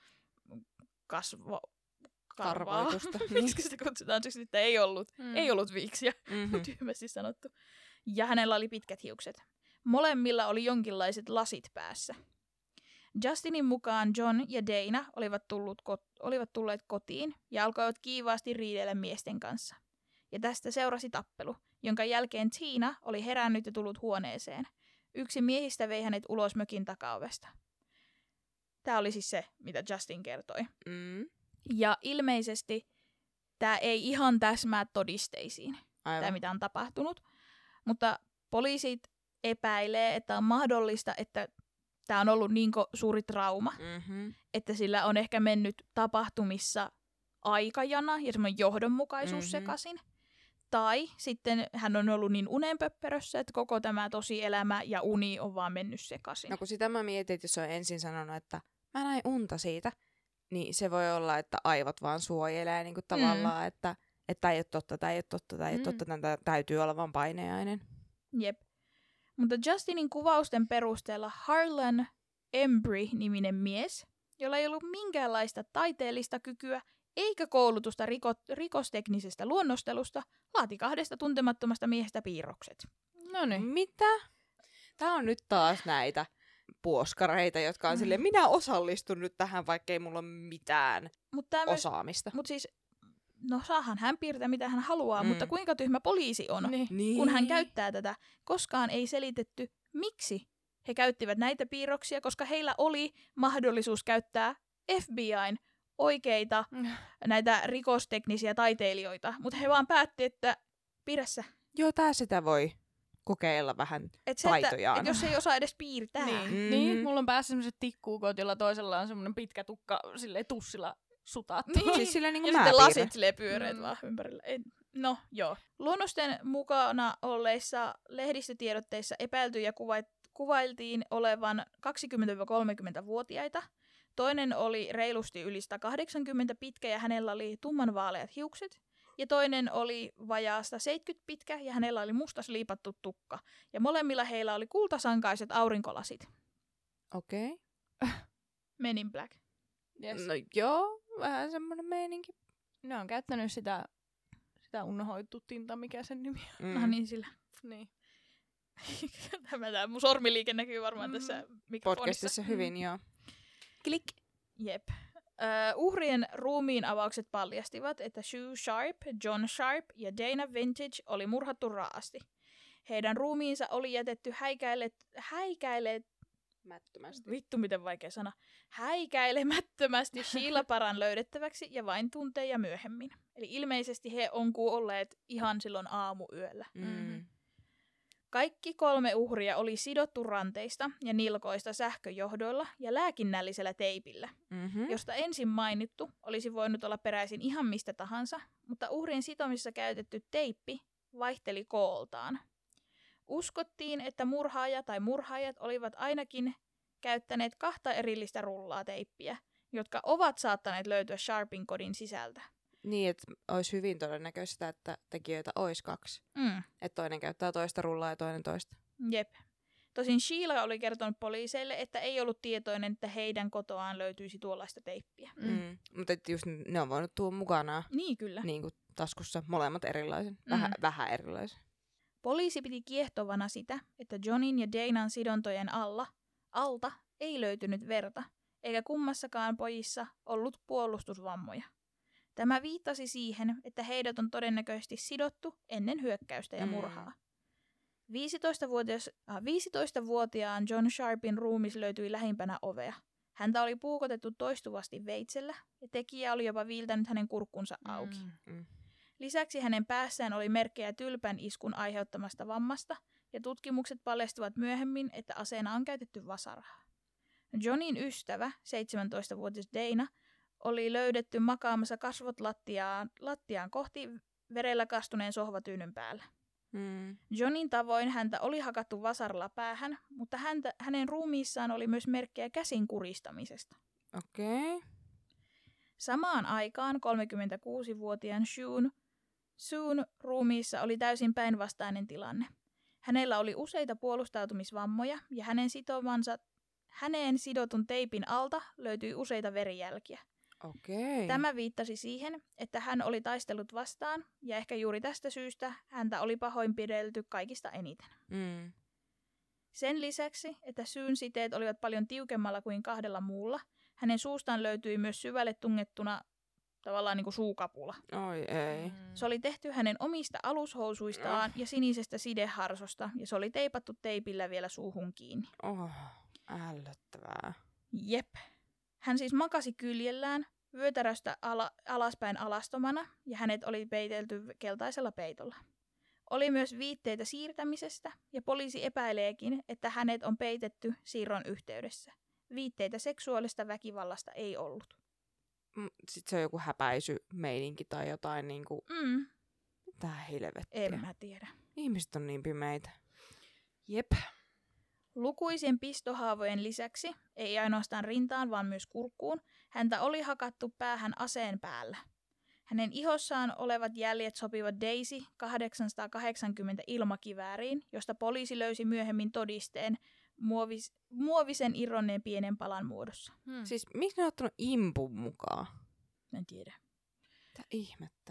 kasvo... karvaa. Karvoitusta. Miksi sitä kutsutaan? Siksi, että ei ollut, Mm. ei ollut viiksiä. Mm-hmm. Tyhmästi sanottu. Ja hänellä oli pitkät hiukset. Molemmilla oli jonkinlaiset lasit päässä. Justinin mukaan John ja Dana olivat, tullut ko- olivat tulleet kotiin ja alkoivat kiivaasti riidellä miesten kanssa. Ja tästä seurasi tappelu, jonka jälkeen Tina oli herännyt ja tullut huoneeseen. Yksi miehistä vei hänet ulos mökin takaovesta. Tämä oli siis se, mitä Justin kertoi. Mm. Ja ilmeisesti tämä ei ihan täsmää todisteisiin, Aivan. tämä mitä on tapahtunut. Mutta poliisit epäilee, että on mahdollista, että tämä on ollut niin suuri trauma, Mm-hmm. että sillä on ehkä mennyt tapahtumissa aikajana ja semmoinen johdonmukaisuus Mhm. sekaisin. Tai sitten hän on ollut niin unenpöpperössä, että koko tämä tosielämä ja uni on vaan mennyt sekaisin. No kun sitä mä mietin, että jos on ensin sanonut, että mä näin unta siitä, niin se voi olla, että aivot vaan suojelee niin kuin tavallaan, mm. että tämä ei ole totta, tämä ei ole totta, tämä ei ole Mm. totta, tämä täytyy olla vaan paineainen. Jep. Mutta Justinin kuvausten perusteella Harlan Embry-niminen mies, jolla ei ollut minkäänlaista taiteellista kykyä eikä koulutusta riko- rikosteknisestä luonnostelusta, laati kahdesta tuntemattomasta miehestä piirrokset. No niin. Mitä? Tää on nyt taas näitä puoskareita, jotka on Mm. silleen, minä osallistun nyt tähän, vaikka ei mulla ole mitään Mutta myös, osaamista. mut siis, no saahan hän piirtää mitä hän haluaa, Mm. mutta kuinka tyhmä poliisi on, Niin. Niin. kun hän käyttää tätä. Koskaan ei selitetty, miksi he käyttivät näitä piirroksia, koska heillä oli mahdollisuus käyttää F B I:n oikeita näitä rikosteknisiä taiteilijoita, mutta he vaan päätti, että pidässä. Joo, tää sitä voi kokeilla vähän. Et se, että, Taitojaan. et jos ei osaa edes piirtää. Niin. Mhm. niin, mulla on päässä semmoiset tikkuukot, jolla toisella on semmoinen pitkä tukka silleen tussilla sutattu. Niin. Siis silleen niin Ja kuin mä sitten piirrän. lasit silleen pyöreät Mm. vaan ympärillä. En, no, joo. Luonnosten mukana olleissa lehdistötiedotteissa epäiltyjä kuva- kuvailtiin olevan kaksikymmentä-kolmekymmentävuotiaita. Toinen oli reilusti yli sata kahdeksankymmentä pitkä ja hänellä oli tummanvaaleat hiukset. Ja toinen oli vajaasta seitsemänkymmentä pitkä ja hänellä oli mustas liipattu tukka. Ja molemmilla heillä oli kultasankaiset aurinkolasit. Okei. Men in Black. Yes. No joo, vähän semmonen meininki. Ne on käyttänyt sitä, sitä unhoituttinta, mikä sen nimi on. Mm. Ah niin sillä. Niin. Tämä, tämä mun sormiliike näkyy varmaan Mm. tässä mikrofonissa. Podcastissa hyvin, joo. Klik. Jep. Uh, uhrien ruumiin avaukset paljastivat, että Sue Sharp, John Sharp ja Dana Vintage oli murhattu raasti. Heidän ruumiinsa oli jätetty häikäilet, häikäilet, Mättömästi. vittu miten vaikea sana, häikäilemättömästi Sheila-paran löydettäväksi ja vain tunteja myöhemmin. Eli ilmeisesti he on kuolleet ihan silloin aamuyöllä. Mm. Kaikki kolme uhria oli sidottu ranteista ja nilkoista sähköjohdoilla ja lääkinnällisellä teipillä, Mm-hmm. josta ensin mainittu olisi voinut olla peräisin ihan mistä tahansa, mutta uhrien sitomisessa käytetty teippi vaihteli kooltaan. Uskottiin, että murhaaja tai murhaajat olivat ainakin käyttäneet kahta erillistä rullaa teippiä, jotka ovat saattaneet löytyä Sharpin kodin sisältä. Niin, että olisi hyvin todennäköistä, että tekijöitä olisi kaksi. Mm. Että toinen käyttää toista rullaa ja toinen toista. Jep. Tosin Sheila oli kertonut poliiseille, että ei ollut tietoinen, että heidän kotoaan löytyisi tuollaista teippiä. Mm. Mm. Mutta et just ne on voinut tuoda mukanaan Niin kyllä. niin kuin taskussa molemmat erilaisen. Vähän, Mm. vähän erilaisen. Poliisi piti kiehtovana sitä, että Johnin ja Danan sidontojen alla, alta ei löytynyt verta, eikä kummassakaan pojissa ollut puolustusvammoja. Tämä viittasi siihen, että heidät on todennäköisesti sidottu ennen hyökkäystä ja Mm. murhaa. viisitoistavuotias, äh, viisitoistavuotiaan John Sharpin ruumis löytyi lähimpänä ovea. Häntä oli puukotettu toistuvasti veitsellä ja tekijä oli jopa viiltänyt hänen kurkkunsa auki. Mm. Mm. Lisäksi hänen päässään oli merkkejä tylpän iskun aiheuttamasta vammasta, ja tutkimukset paljastivat myöhemmin, että aseena on käytetty vasaraa. Johnin ystävä, seitsemäntoistavuotias Dana, oli löydetty makaamassa kasvot lattiaan, lattiaan kohti verellä kastuneen sohvatyynyn päällä. Mm. Johnin tavoin häntä oli hakattu vasaralla päähän, mutta häntä, hänen ruumiissaan oli myös merkkejä käsin kuristamisesta. Okei. Okay. Samaan aikaan kolmekymmentäkuusivuotiaan Suun, Suun ruumiissa oli täysin päinvastainen tilanne. Hänellä oli useita puolustautumisvammoja ja hänen sitovansa, häneen sidotun teipin alta löytyi useita verijälkiä. Okei. Tämä viittasi siihen, että hän oli taistellut vastaan ja ehkä juuri tästä syystä häntä oli pahoinpidelty kaikista eniten. Mm. Sen lisäksi, että Suun siteet olivat paljon tiukemmalla kuin kahdella muulla, hänen suustaan löytyi myös syvälle tungettuna tavallaan niin kuin suukapula. Oi ei. Mm. Se oli tehty hänen omista alushousuistaan ja sinisestä sideharsosta ja se oli teipattu teipillä vielä suuhun kiinni. Oh, ällöttävää. Jep. Hän siis makasi kyljellään vyötäröstä ala- alaspäin alastomana ja hänet oli peitelty keltaisella peitolla. Oli myös viitteitä siirtämisestä ja poliisi epäileekin, että hänet on peitetty siirron yhteydessä. Viitteitä seksuaalista väkivallasta ei ollut. Sitten se on joku häpäisymeininki tai jotain niinku... Mm, Tää helvettiä. en mä tiedä. Ihmiset on niin pimeitä. Jep. Lukuisien pistohaavojen lisäksi, ei ainoastaan rintaan, vaan myös kurkkuun, häntä oli hakattu päähän aseen päällä. Hänen ihossaan olevat jäljet sopivat Daisy kahdeksansataakahdeksankymmentä ilmakivääriin, josta poliisi löysi myöhemmin todisteen muovis, muovisen irronneen pienen palan muodossa. Hmm. Siis miksi ne on ottanut impun mukaan? En tiedä. Mitä ihmettä?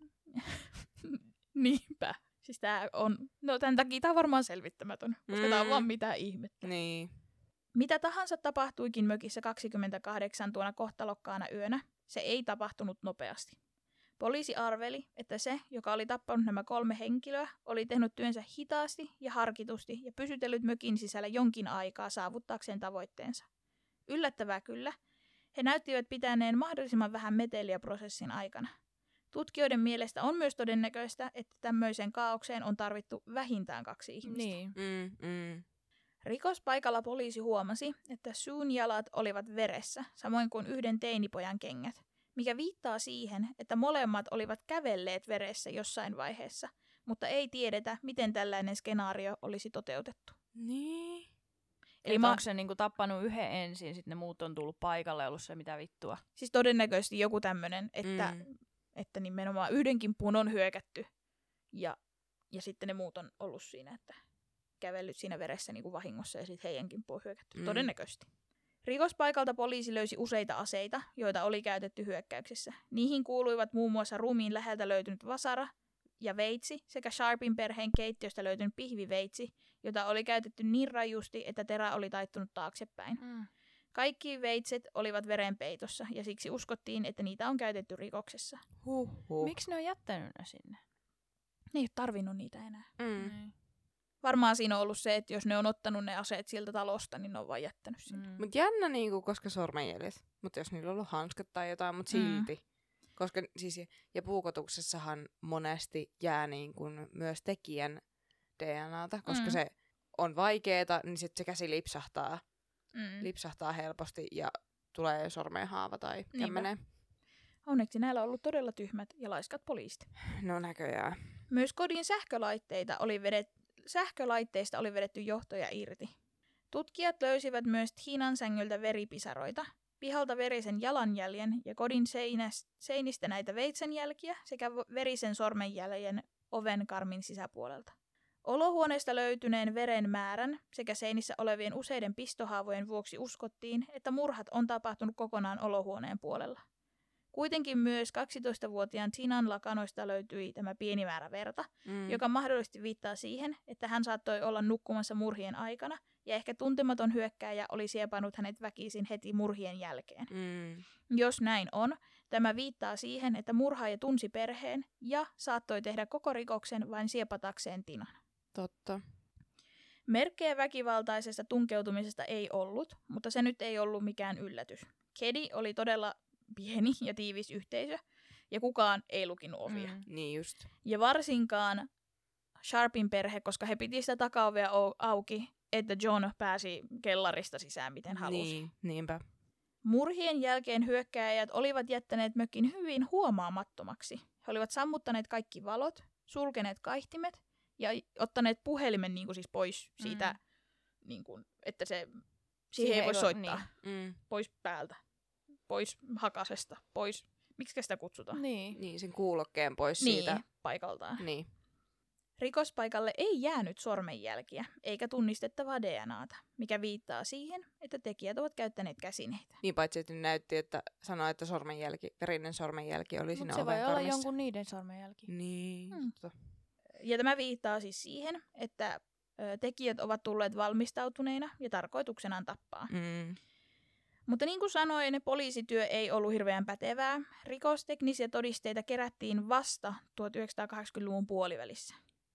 Niinpä. Siis tää on, no tämän takia tää on varmaan selvittämätön, koska mm. tää on vaan mitään ihmettä. Niin. Mitä tahansa tapahtuikin mökissä kaksikymmentäkahdeksan tuona kohtalokkaana yönä, se ei tapahtunut nopeasti. Poliisi arveli, että se, joka oli tappanut nämä kolme henkilöä, oli tehnyt työnsä hitaasti ja harkitusti ja pysytellyt mökin sisällä jonkin aikaa saavuttaakseen tavoitteensa. Yllättävää kyllä, he näyttivät pitäneen mahdollisimman vähän meteliä prosessin aikana. Tutkijoiden mielestä on myös todennäköistä, että tämmöiseen kaaukseen on tarvittu vähintään kaksi ihmistä. Niin. Mm, mm. Rikospaikalla poliisi huomasi, että Suun jalat olivat veressä, samoin kuin yhden teinipojan kengät, mikä viittaa siihen, että molemmat olivat kävelleet veressä jossain vaiheessa, mutta ei tiedetä, miten tällainen skenaario olisi toteutettu. Niin. Eli mä... onko se niinku tappanut yhden ensin, sitten ne muut on tullut paikalle ja ollut se mitä vittua? Siis todennäköisesti joku tämmöinen, että, Mm. että nimenomaan yhdenkin puun on hyökätty ja, ja sitten ne muut on ollut siinä, että kävellyt siinä veressä niin kuin vahingossa ja sitten heidänkin puun hyökätty. Mm. Todennäköisesti. Rikospaikalta poliisi löysi useita aseita, joita oli käytetty hyökkäyksessä. Niihin kuuluivat muun muassa ruumiin läheltä löytynyt vasara ja veitsi sekä Sharpin perheen keittiöstä löytynyt pihviveitsi, jota oli käytetty niin rajusti, että terä oli taittunut taaksepäin. Mm. Kaikki veitset olivat verenpeitossa ja siksi uskottiin, että niitä on käytetty rikoksessa. Huhhuh. Miksi ne on jättänyt ne sinne? Ne ei ole tarvinnut niitä enää. Mm. Niin. Varmaan siinä on ollut se, että jos ne on ottanut ne aseet sieltä talosta, niin ne on vaan jättänyt sinne. Mm. Mut jännä niinku, koska sormenjäljet. Mutta jos niillä on ollut hanskat tai jotain, mut silti. Mm. Koska siis, ja puukotuksessahan monesti jää niinku myös tekijän D N A:ta, koska Mm. se on vaikeeta, niin sit se käsi lipsahtaa, Mm. lipsahtaa helposti ja tulee sormeen haava tai kämmenee. Onneksi näillä on ollut todella tyhmät ja laiskat poliisit. No näköjään. Myös kodin sähkölaitteita oli vedet, sähkölaitteista oli vedetty johtoja irti. Tutkijat löysivät myös Tinan sängyltä veripisaroita, pihalta verisen jalanjäljen ja kodin seinäs, seinistä näitä veitsenjälkiä sekä vo- verisen sormenjäljen oven karmin sisäpuolelta. Olohuoneesta löytyneen veren määrän sekä seinissä olevien useiden pistohaavojen vuoksi uskottiin, että murhat on tapahtunut kokonaan olohuoneen puolella. Kuitenkin myös kaksitoistavuotiaan Tinan lakanoista löytyi tämä pieni määrä verta, Mm. joka mahdollisesti viittaa siihen, että hän saattoi olla nukkumassa murhien aikana ja ehkä tuntematon hyökkääjä oli siepannut hänet väkisin heti murhien jälkeen. Mm. Jos näin on, tämä viittaa siihen, että murhaaja tunsi perheen ja saattoi tehdä koko rikoksen vain siepatakseen Tinan. Totta. Merkkejä väkivaltaisesta tunkeutumisesta ei ollut, mutta se nyt ei ollut mikään yllätys. Kedi oli todella pieni ja tiivis yhteisö, ja kukaan ei lukinut ovia. Mm. Niin just. Ja varsinkaan Sharpin perhe, koska he piti sitä takaovea au- auki, että John pääsi kellarista sisään miten halusi. Niin, niinpä. Murhien jälkeen hyökkääjät olivat jättäneet mökin hyvin huomaamattomaksi. He olivat sammuttaneet kaikki valot, sulkeneet kaihtimet ja ottaneet puhelimen niin kuin siis pois siitä, mm. niin kuin, että se, siihen, siihen ei voi soittaa. Niin. Pois päältä, pois hakasesta, pois, miksi sitä kutsutaan? Niin. Niin, sen kuulokkeen pois niin, siitä. paikaltaan. Niin. Rikospaikalle ei jäänyt sormenjälkiä eikä tunnistettavaa D N A:ta, mikä viittaa siihen, että tekijät ovat käyttäneet käsineitä. Niin paitsi, että näytti, että sanoi, että sormenjälki, verinen sormenjälki oli siinä se voi olla ovenkarmissa. jonkun niiden sormenjälki. Niin. Hmm. Totta. Ja tämä viittaa siis siihen, että ö, tekijät ovat tulleet valmistautuneina ja tarkoituksenaan tappaa. Mm. Mutta niin kuin sanoin, poliisityö ei ollut hirveän pätevää. Rikosteknisiä todisteita kerättiin vasta tuhatyhdeksänsataakahdeksankymmentäluvun puolivälissä.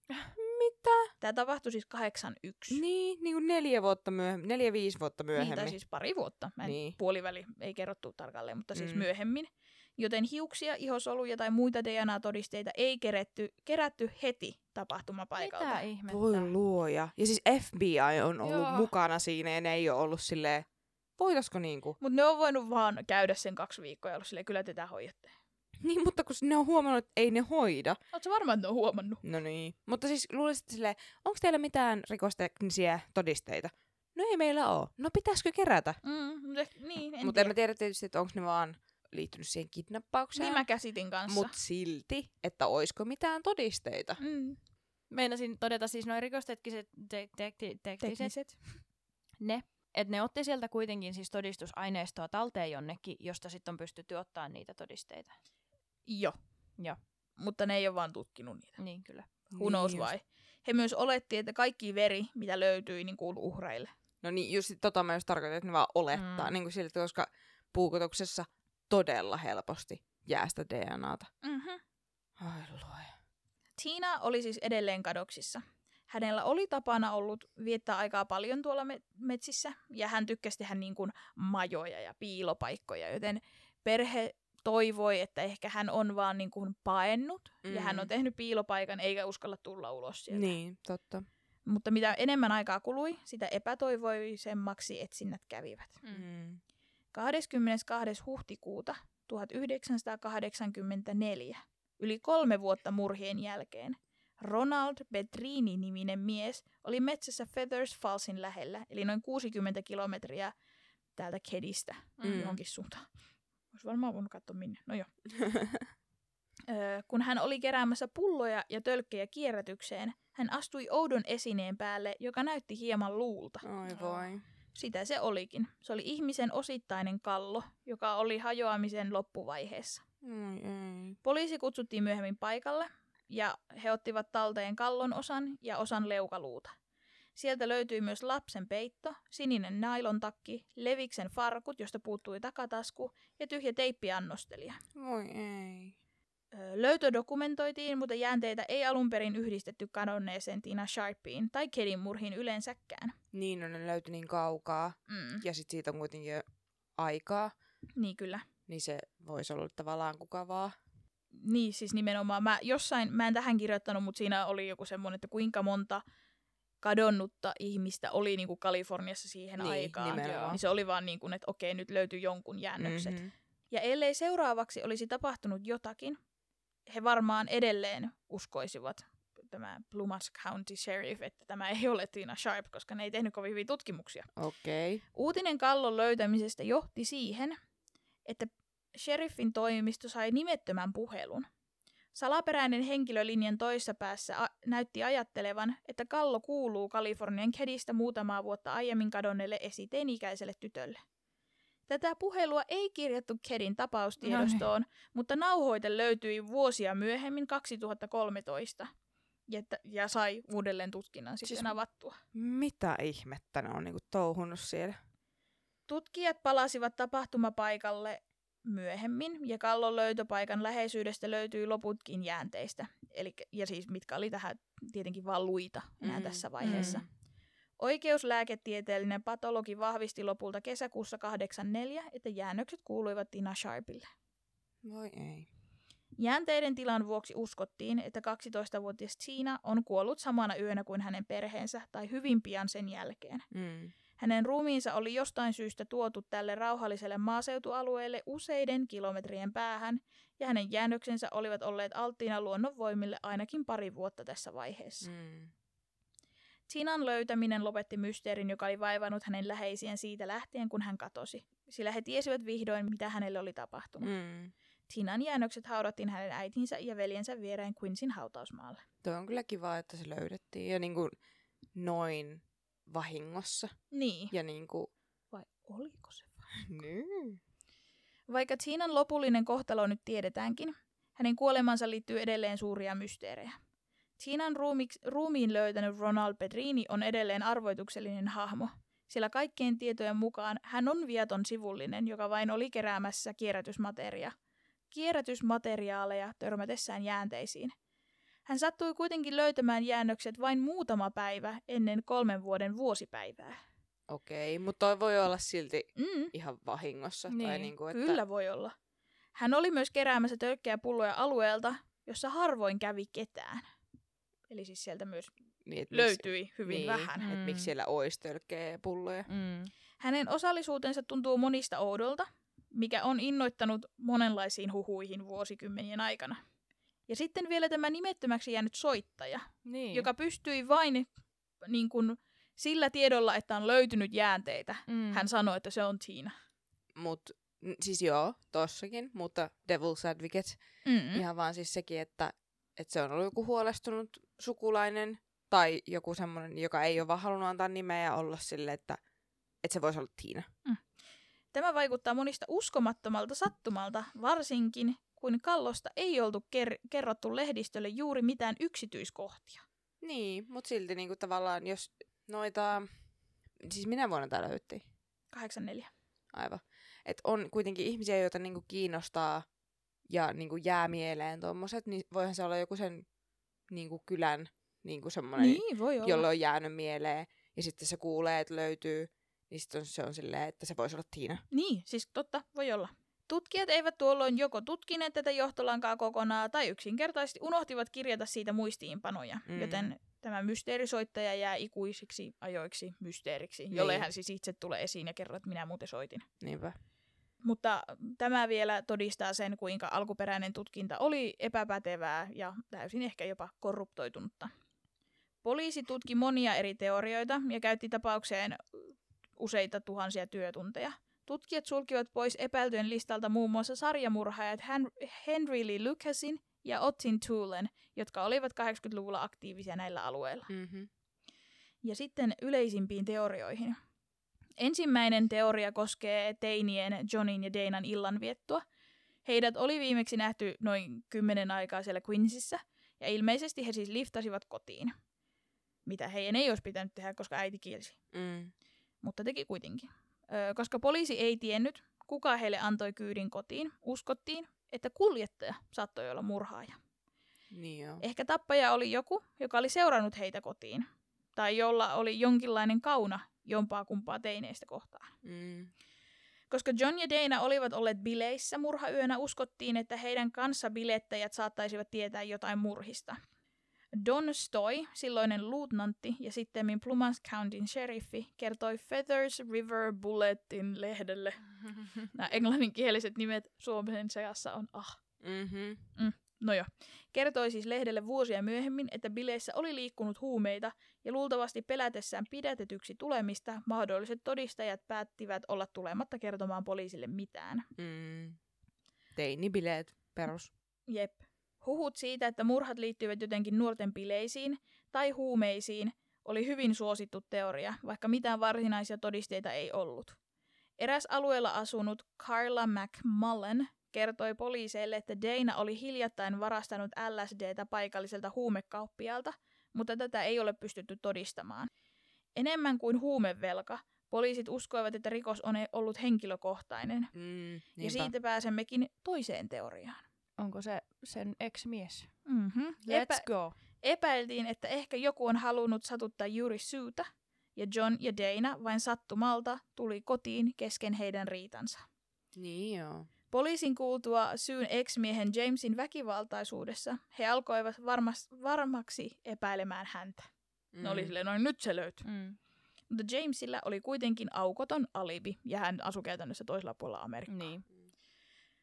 Mitä? Tämä tapahtui siis kahdeksankymmentäyksi. Niin, niin kuin neljä vuotta myöhemmin, neljä viisi vuotta myöhemmin. Niin, tai siis pari vuotta. Mä en, Niin. Puoliväli ei kerrottu tarkalleen, mutta siis Mm. myöhemmin. Joten hiuksia, ihosoluja tai muita D N A-todisteita ei kerätty, kerätty heti tapahtumapaikalta. Mitä ihmettä? Voi luoja. Ja siis F B I on ollut Joo. mukana siinä ja ne ei ole ollut silleen, voitaisko niinku? Mutta ne on voinut vaan käydä sen kaksi viikkoa ja ollut silleen, kyllä tätä hoidatte. Niin, mutta kun ne on huomannut, että ei ne hoida. Oletko varma, että ne on huomannut? No niin. Mutta siis luulisit silleen, onko teillä mitään rikosteknisiä todisteita? No ei meillä ole. No pitäisikö kerätä? Mm, mutta eh- niin, en Mutta en tiedä. mä tiedä tietysti, että onko ne vaan liittynyt siihen kidnappaukseen. Niin mä käsitin kanssa. Mutta silti, että oisko mitään todisteita. Mm. Meinasin todeta siis noin rikostekniset te- te- te- tekniset, Tekniset. ne, että ne otti sieltä kuitenkin siis todistusaineistoa talteen jonnekin, josta sitten on pystytty ottaa niitä todisteita. Joo. Joo. Mutta ne ei ole vaan tutkinut niitä. Niin kyllä. Who knows just. why. He myös oletti, että kaikki veri, mitä löytyi, niin kuului uhreille. No niin, just tota mä just tarkoitan, että ne vaan olettaa. Mm. Niin kuin siltä, koska puukotuksessa todella helposti jää sitä D N A:ta. Mm-hmm. Ai luoja. Tina oli siis edelleen kadoksissa. Hänellä oli tapana ollut viettää aikaa paljon tuolla me- metsissä, ja hän tykkäsi tehdä niin kuin majoja ja piilopaikkoja, joten perhe toivoi, että ehkä hän on vaan niin kuin paennut, mm. ja hän on tehnyt piilopaikan eikä uskalla tulla ulos sieltä. Niin, totta. Mutta mitä enemmän aikaa kului, sitä epätoivoisemmaksi etsinnät kävivät. Mm. kahdeskymmenestoinen huhtikuuta tuhatyhdeksänsataakahdeksankymmentäneljä, yli kolme vuotta murhien jälkeen, Ronald Bedrini-niminen mies oli metsässä Feathers Fallsin lähellä, eli noin kuusikymmentä kilometriä täältä Kedistä Mm. johonkin suuntaan. Olisi varmaan voinut katsoa minne. No joo. Öö, kun hän oli keräämässä pulloja ja tölkkejä kierrätykseen, hän astui oudon esineen päälle, joka näytti hieman luulta. Oi voi. Sitä se olikin. Se oli ihmisen osittainen kallo, joka oli hajoamisen loppuvaiheessa. Oi ei. Poliisi kutsuttiin myöhemmin paikalle, ja he ottivat talteen kallon osan ja osan leukaluuta. Sieltä löytyi myös lapsen peitto, sininen nailontakki, leviksen farkut, josta puuttui takatasku, ja tyhjä teippiannostelija. Voi ei. Öö, Löytö dokumentoitiin, mutta jäänteitä ei alun perin yhdistetty kadonneeseen Tina Sharpiin tai Kedin murhiin yleensäkään. Niin, no ne löytyi niin kaukaa. Mm. Ja sit siitä on kuitenkin jo aikaa. Niin kyllä. Niin se voisi olla tavallaan kuka vaan. Niin, siis nimenomaan. Mä jossain, mä en tähän kirjoittanut, mutta siinä oli joku semmoinen, että kuinka monta kadonnutta ihmistä oli niin kuin Kaliforniassa siihen Niin, aikaan. nimenomaan. Niin se oli vaan niin kuin, että okei, nyt löytyy jonkun jäännökset. Mhm. Ja ellei seuraavaksi olisi tapahtunut jotakin, he varmaan edelleen uskoisivat tämä Plumas County Sheriff, että tämä ei ole Tina Sharp, koska ne ei tehnyt kovin hyviä tutkimuksia. Okei. Okay. Uutinen kallon löytämisestä johti siihen, että sheriffin toimisto sai nimettömän puhelun. Salaperäinen henkilö linjan toisessa päässä a- näytti ajattelevan, että kallo kuuluu Kalifornian Kedistä muutamaa vuotta aiemmin kadonneelle esiteini-ikäiselle tytölle. Tätä puhelua ei kirjattu Kedin tapaustiedostoon, mutta nauhoite löytyi vuosia myöhemmin kaksituhattakolmetoista ja, t- ja sai uudelleen tutkinnan sitten Siis- avattua. Mitä ihmettä ne on niinku touhunut siellä? Tutkijat palasivat tapahtumapaikalle myöhemmin, ja kallon löytöpaikan läheisyydestä löytyi loputkin jäänteistä, eli, ja siis mitkä oli tähän tietenkin vaan luita enää Mm, tässä vaiheessa. mm. Oikeuslääketieteellinen patologi vahvisti lopulta kesäkuussa kahdeksankymmentäneljä, että jäännökset kuuluivat Tina Sharpille. Voi ei. Jäänteiden tilan vuoksi uskottiin, että kaksitoistavuotias Tina on kuollut samana yönä kuin hänen perheensä tai hyvin pian sen jälkeen. Mm. Hänen ruumiinsa oli jostain syystä tuotu tälle rauhalliselle maaseutualueelle useiden kilometrien päähän, ja hänen jäännöksensä olivat olleet alttiina luonnonvoimille ainakin pari vuotta tässä vaiheessa. Mm. Tinan löytäminen lopetti mysteerin, joka oli vaivannut hänen läheisiään siitä lähtien, kun hän katosi, sillä he tiesivät vihdoin, mitä hänelle oli tapahtunut. Mm. Tinan jäännökset haudattiin hänen äitinsä ja veljensä viereen Quinceyn hautausmaalle. Tuo on kyllä kiva, että se löydettiin ja niin kuin noin vahingossa. Niin. Ja niin kuin... Vai oliko se vai? Niin. Vaikka Tinan lopullinen kohtalo nyt tiedetäänkin, hänen kuolemansa liittyy edelleen suuria mysteerejä. Tinan ruumiks, ruumiin löytänyt Ronald Pedrini on edelleen arvoituksellinen hahmo, sillä kaikkien tietojen mukaan hän on viaton sivullinen, joka vain oli keräämässä kierrätysmateria, kierrätysmateriaaleja törmätessään jäänteisiin. Hän sattui kuitenkin löytämään jäännökset vain muutama päivä ennen kolmen vuoden vuosipäivää. Okei, mutta toi voi olla silti Mm. ihan vahingossa. Niin, tai niinku, että... Kyllä voi olla. Hän oli myös keräämässä tölkkejä pulloja alueelta, jossa harvoin kävi ketään. Eli siis sieltä myös niin, et löytyi miksi, hyvin niin, vähän. Että Mm. miksi siellä olisi tölkkejä ja pulloja. Mm. Hänen osallisuutensa tuntuu monista oudolta, mikä on innoittanut monenlaisiin huhuihin vuosikymmenien aikana. Ja sitten vielä tämä nimettömäksi jäänyt soittaja, Niin. joka pystyi vain niin kuin, sillä tiedolla, että on löytynyt jäänteitä. Mm. Hän sanoi, että se on Tina. Mut, n- siis joo, tossakin, mutta Devil's Advocate. Mm. Ihan vaan siis sekin, että, että se on ollut joku huolestunut sukulainen tai joku semmoinen, joka ei ole vaan halunnut antaa nimeä ja olla sille, että, että se voisi olla Tina. Tämä vaikuttaa monista uskomattomalta sattumalta, varsinkin kun Kallosta ei oltu ker- kerrottu lehdistölle juuri mitään yksityiskohtia. Niin, mutta silti niinku tavallaan, jos noita... Siis minä vuonna tää löyttiin. kahdeksankymmentäneljä. Aivan. Että on kuitenkin ihmisiä, joita niinku kiinnostaa ja niinku jää mieleen tommoset, niin voihan se olla joku sen niinku kylän niinku semmoinen, Niin, voi olla. jolle on jäänyt mieleen. Ja sitten se kuulee, että löytyy, niin sitten se on silleen, että se voisi olla Tina. Niin, siis totta, voi olla. Tutkijat eivät tuolloin joko tutkineet tätä johtolankaa kokonaan tai yksinkertaisesti unohtivat kirjata siitä muistiinpanoja, Mm. joten tämä mysteerisoittaja jää ikuisiksi ajoiksi mysteeriksi, Niin. jolle hän siis itse tulee esiin ja kerroo, että minä muuten soitin. Niinpä. Mutta tämä vielä todistaa sen, kuinka alkuperäinen tutkinta oli epäpätevää ja täysin ehkä jopa korruptoitunutta. Poliisi tutki monia eri teorioita ja käytti tapaukseen useita tuhansia työtunteja. Tutkijat sulkivat pois epäiltyjen listalta muun muassa sarjamurhaajat Henry Lee Lucasin ja Ottin Toolen, jotka olivat kahdeksankymmentäluvulla aktiivisia näillä alueilla. Mm-hmm. Ja sitten yleisimpiin teorioihin. Ensimmäinen teoria koskee teinien Johnin ja Danan illanviettoa. Heidät oli viimeksi nähty noin kymmenen aikaa siellä Quincyssä, ja ilmeisesti he siis liftasivat kotiin. Mitä heidän ei olisi pitänyt tehdä, koska äiti kielsi. Mm. Mutta teki kuitenkin. Öö, koska poliisi ei tiennyt, kuka heille antoi kyydin kotiin, uskottiin, että kuljettaja saattoi olla murhaaja. Niin joo. Ehkä tappaja oli joku, joka oli seurannut heitä kotiin, tai jolla oli jonkinlainen kauna jompaa kumpaa teineistä kohtaan. Mm. Koska John ja Dana olivat olleet bileissä murhayönä, uskottiin, että heidän kanssa bilettäjät saattaisivat tietää jotain murhista. Don Stoy, silloinen luutnantti ja sittemmin Plumas Countyn sheriffi, kertoi Feathers River Bulletin lehdelle. Nämä englanninkieliset nimet Suomen seassa on ah. Mm-hmm. Mm, no joo. Kertoi siis lehdelle vuosia myöhemmin, että bileissä oli liikkunut huumeita ja luultavasti pelätessään pidätetyksi tulemista mahdolliset todistajat päättivät olla tulematta kertomaan poliisille mitään. Mm. Teinibileet, perus. Jep. Huhut siitä, että murhat liittyivät jotenkin nuorten bileisiin tai huumeisiin, oli hyvin suosittu teoria, vaikka mitään varsinaisia todisteita ei ollut. Eräs alueella asunut Carla McMullen kertoi poliiseille, että Dana oli hiljattain varastanut L S D:tä paikalliselta huumekauppialta, mutta tätä ei ole pystytty todistamaan. Enemmän kuin huumevelka, poliisit uskoivat, että rikos on ollut henkilökohtainen. Mm, Ja niinpä. siitä pääsemmekin toiseen teoriaan. Onko se sen ex-mies? Mm-hmm. Let's Epä- go. Epäiltiin, että ehkä joku on halunnut satuttaa juuri Suuta, ja John ja Dana vain sattumalta tuli kotiin kesken heidän riitansa. Niin joo. Poliisin kuultua Suun ex-miehen Jamesin väkivaltaisuudessa, he alkoivat varmas- varmaksi epäilemään häntä. Mm. Ne oli silleen, no nyt se löytyi. Mm. Mutta Jamesillä oli kuitenkin aukoton alibi, ja hän asui käytännössä toisella puolella Amerikkaa. Niin.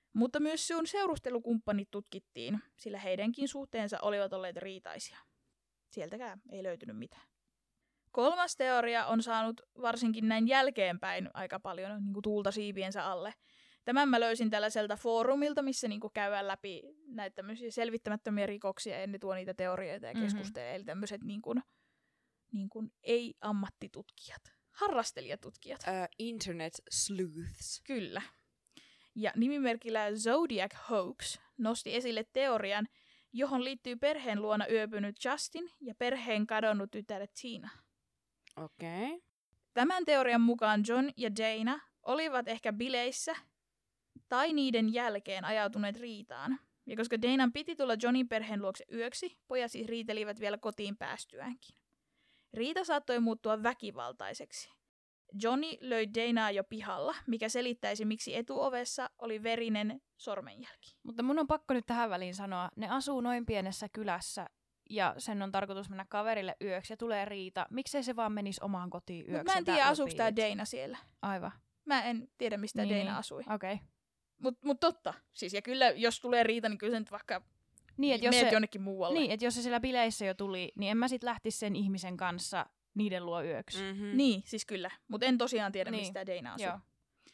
Mutta myös Suen seurustelukumppanit tutkittiin, sillä heidänkin suhteensa olivat olleet riitaisia. Sieltäkään ei löytynyt mitään. Kolmas teoria on saanut varsinkin näin jälkeenpäin aika paljon niin kuin tuulta siipiensä alle. Tämän mä löysin tällaiselta foorumilta, missä niin kuin käydään läpi näitä tämmöisiä selvittämättömiä rikoksia ja ne tuo niitä teorioita ja keskustelee. Mm-hmm. Eli tämmöiset niin kuin, niin kuin ei-ammattitutkijat, harrastelijatutkijat. Uh, internet sleuths. Kyllä. Ja nimimerkillä Zodiac Hoax nosti esille teorian, johon liittyy perheen luona yöpynyt Justin ja perheen kadonnut tytär Tina. Okei. Okay. Tämän teorian mukaan John ja Dana olivat ehkä bileissä tai niiden jälkeen ajautuneet riitaan. Ja koska Danan piti tulla Johnin perheen luokse yöksi, pojat siis riitelivät vielä kotiin päästyäänkin. Riita saattoi muuttua väkivaltaiseksi. Johnny löi Danaa jo pihalla, mikä selittäisi, miksi etuovessa oli verinen sormenjälki. Mutta mun on pakko nyt tähän väliin sanoa, ne asuu noin pienessä kylässä ja sen on tarkoitus mennä kaverille yöksi ja tulee riita. Miksei se vaan menisi omaan kotiin yöksi? Mut mä en tiedä, asuuko tää Dana siellä. Aivan. Mä en tiedä, mistä niin, Dana niin. asui. Okei. Okay. Mut, mut totta. Siis, ja kyllä, jos tulee riita, niin kyllä sen vaikka niin, et jos meet se, jonnekin muualle. Niin, että jos se siellä bileissä jo tuli, niin en mä sit lähtisi sen ihmisen kanssa niiden luo yöksi. Mm-hmm. Niin, siis kyllä. Mutta en tosiaan tiedä, niin. mistä Dana asuu. Joo.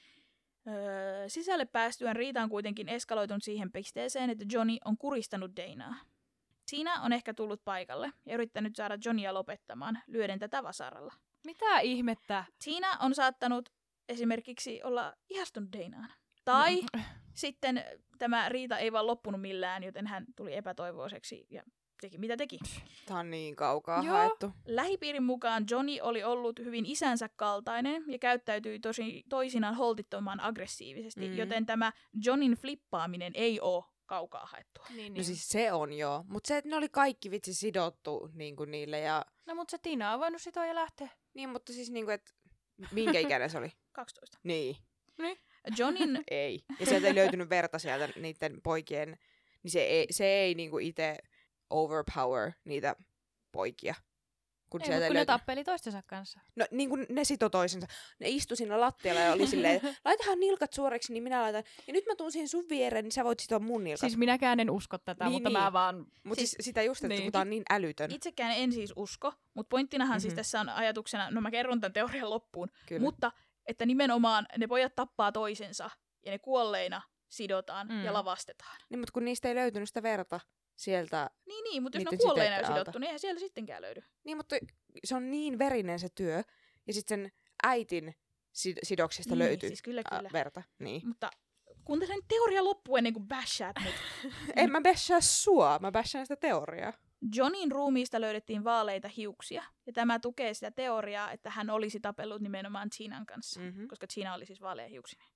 Öö, sisälle päästyään riita on kuitenkin eskaloitunut siihen pisteeseen, että Johnny on kuristanut Danaa. Tina on ehkä tullut paikalle ja yrittänyt saada Johnya lopettamaan, lyöden tätä vasaralla. Mitä ihmettä? Tina on saattanut esimerkiksi olla ihastunut Danaan. Tai no. sitten tämä riita ei vaan loppunut millään, joten hän tuli epätoivoiseksi ja teki mitä teki. Tämä on niin kaukaa Joo. haettu. Lähipiirin mukaan Johnny oli ollut hyvin isänsä kaltainen ja käyttäytyi tosi, toisinaan holtittoman aggressiivisesti, mm. joten tämä Johnin flippaaminen ei ole kaukaa haettua. Niin, niin. No siis se on joo, mutta se, että ne oli kaikki vitsi sidottu niin kuin niille ja... No mutta se Tina on voinut sitoa ja lähteä. Niin, mutta siis niin kuin, että minkä ikäinen se oli? kaksitoista. Niin. Niin. Johnin... ei. Ja sieltä ei löytynyt verta sieltä niiden poikien, niin se ei, se ei niin kuin itse overpower niitä poikia. Kun ei, sieltä mutta kun löytyy... ne tappeli toistensa kanssa. No niin kuin ne sito toisensa. Ne istui siinä lattialla ja oli silleen, laitahan nilkat suoreksi, niin minä laitan. Ja nyt mä tuun siihen sun viereen, niin sä voit sitoa mun nilkat. Siis minäkään en usko tätä, niin, mutta niin. mä vaan... Mutta siis, siis sitä just, että niin. kun tää on niin älytön. Itsekään en siis usko, mutta pointtinahan mm-hmm. siis tässä on ajatuksena, no mä kerron tämän teorian loppuun, Kyllä. mutta että nimenomaan ne pojat tappaa toisensa ja ne kuolleina sidotaan mm. ja lavastetaan. Niin, mutta kun niistä ei löytynyt sitä verta sieltä... Niin, niin mutta jos ne on kuolleina jo sidottu, niin eihän siellä sittenkään löydy. Niin, mutta se on niin verinen se työ, ja sitten sen äitin sid- sidoksista niin, löytyy siis kyllä, kyllä. Äh, verta. Niin. Mutta kuuntelen teoria loppuun ennen kuin bashaat mut. En mä bashaa sua, mä bashaan sitä teoriaa. Johnin ruumiista löydettiin vaaleita hiuksia, ja tämä tukee sitä teoriaa, että hän olisi tapellut nimenomaan Tinan kanssa, mm-hmm. koska Tina oli siis vaaleahiuksinen.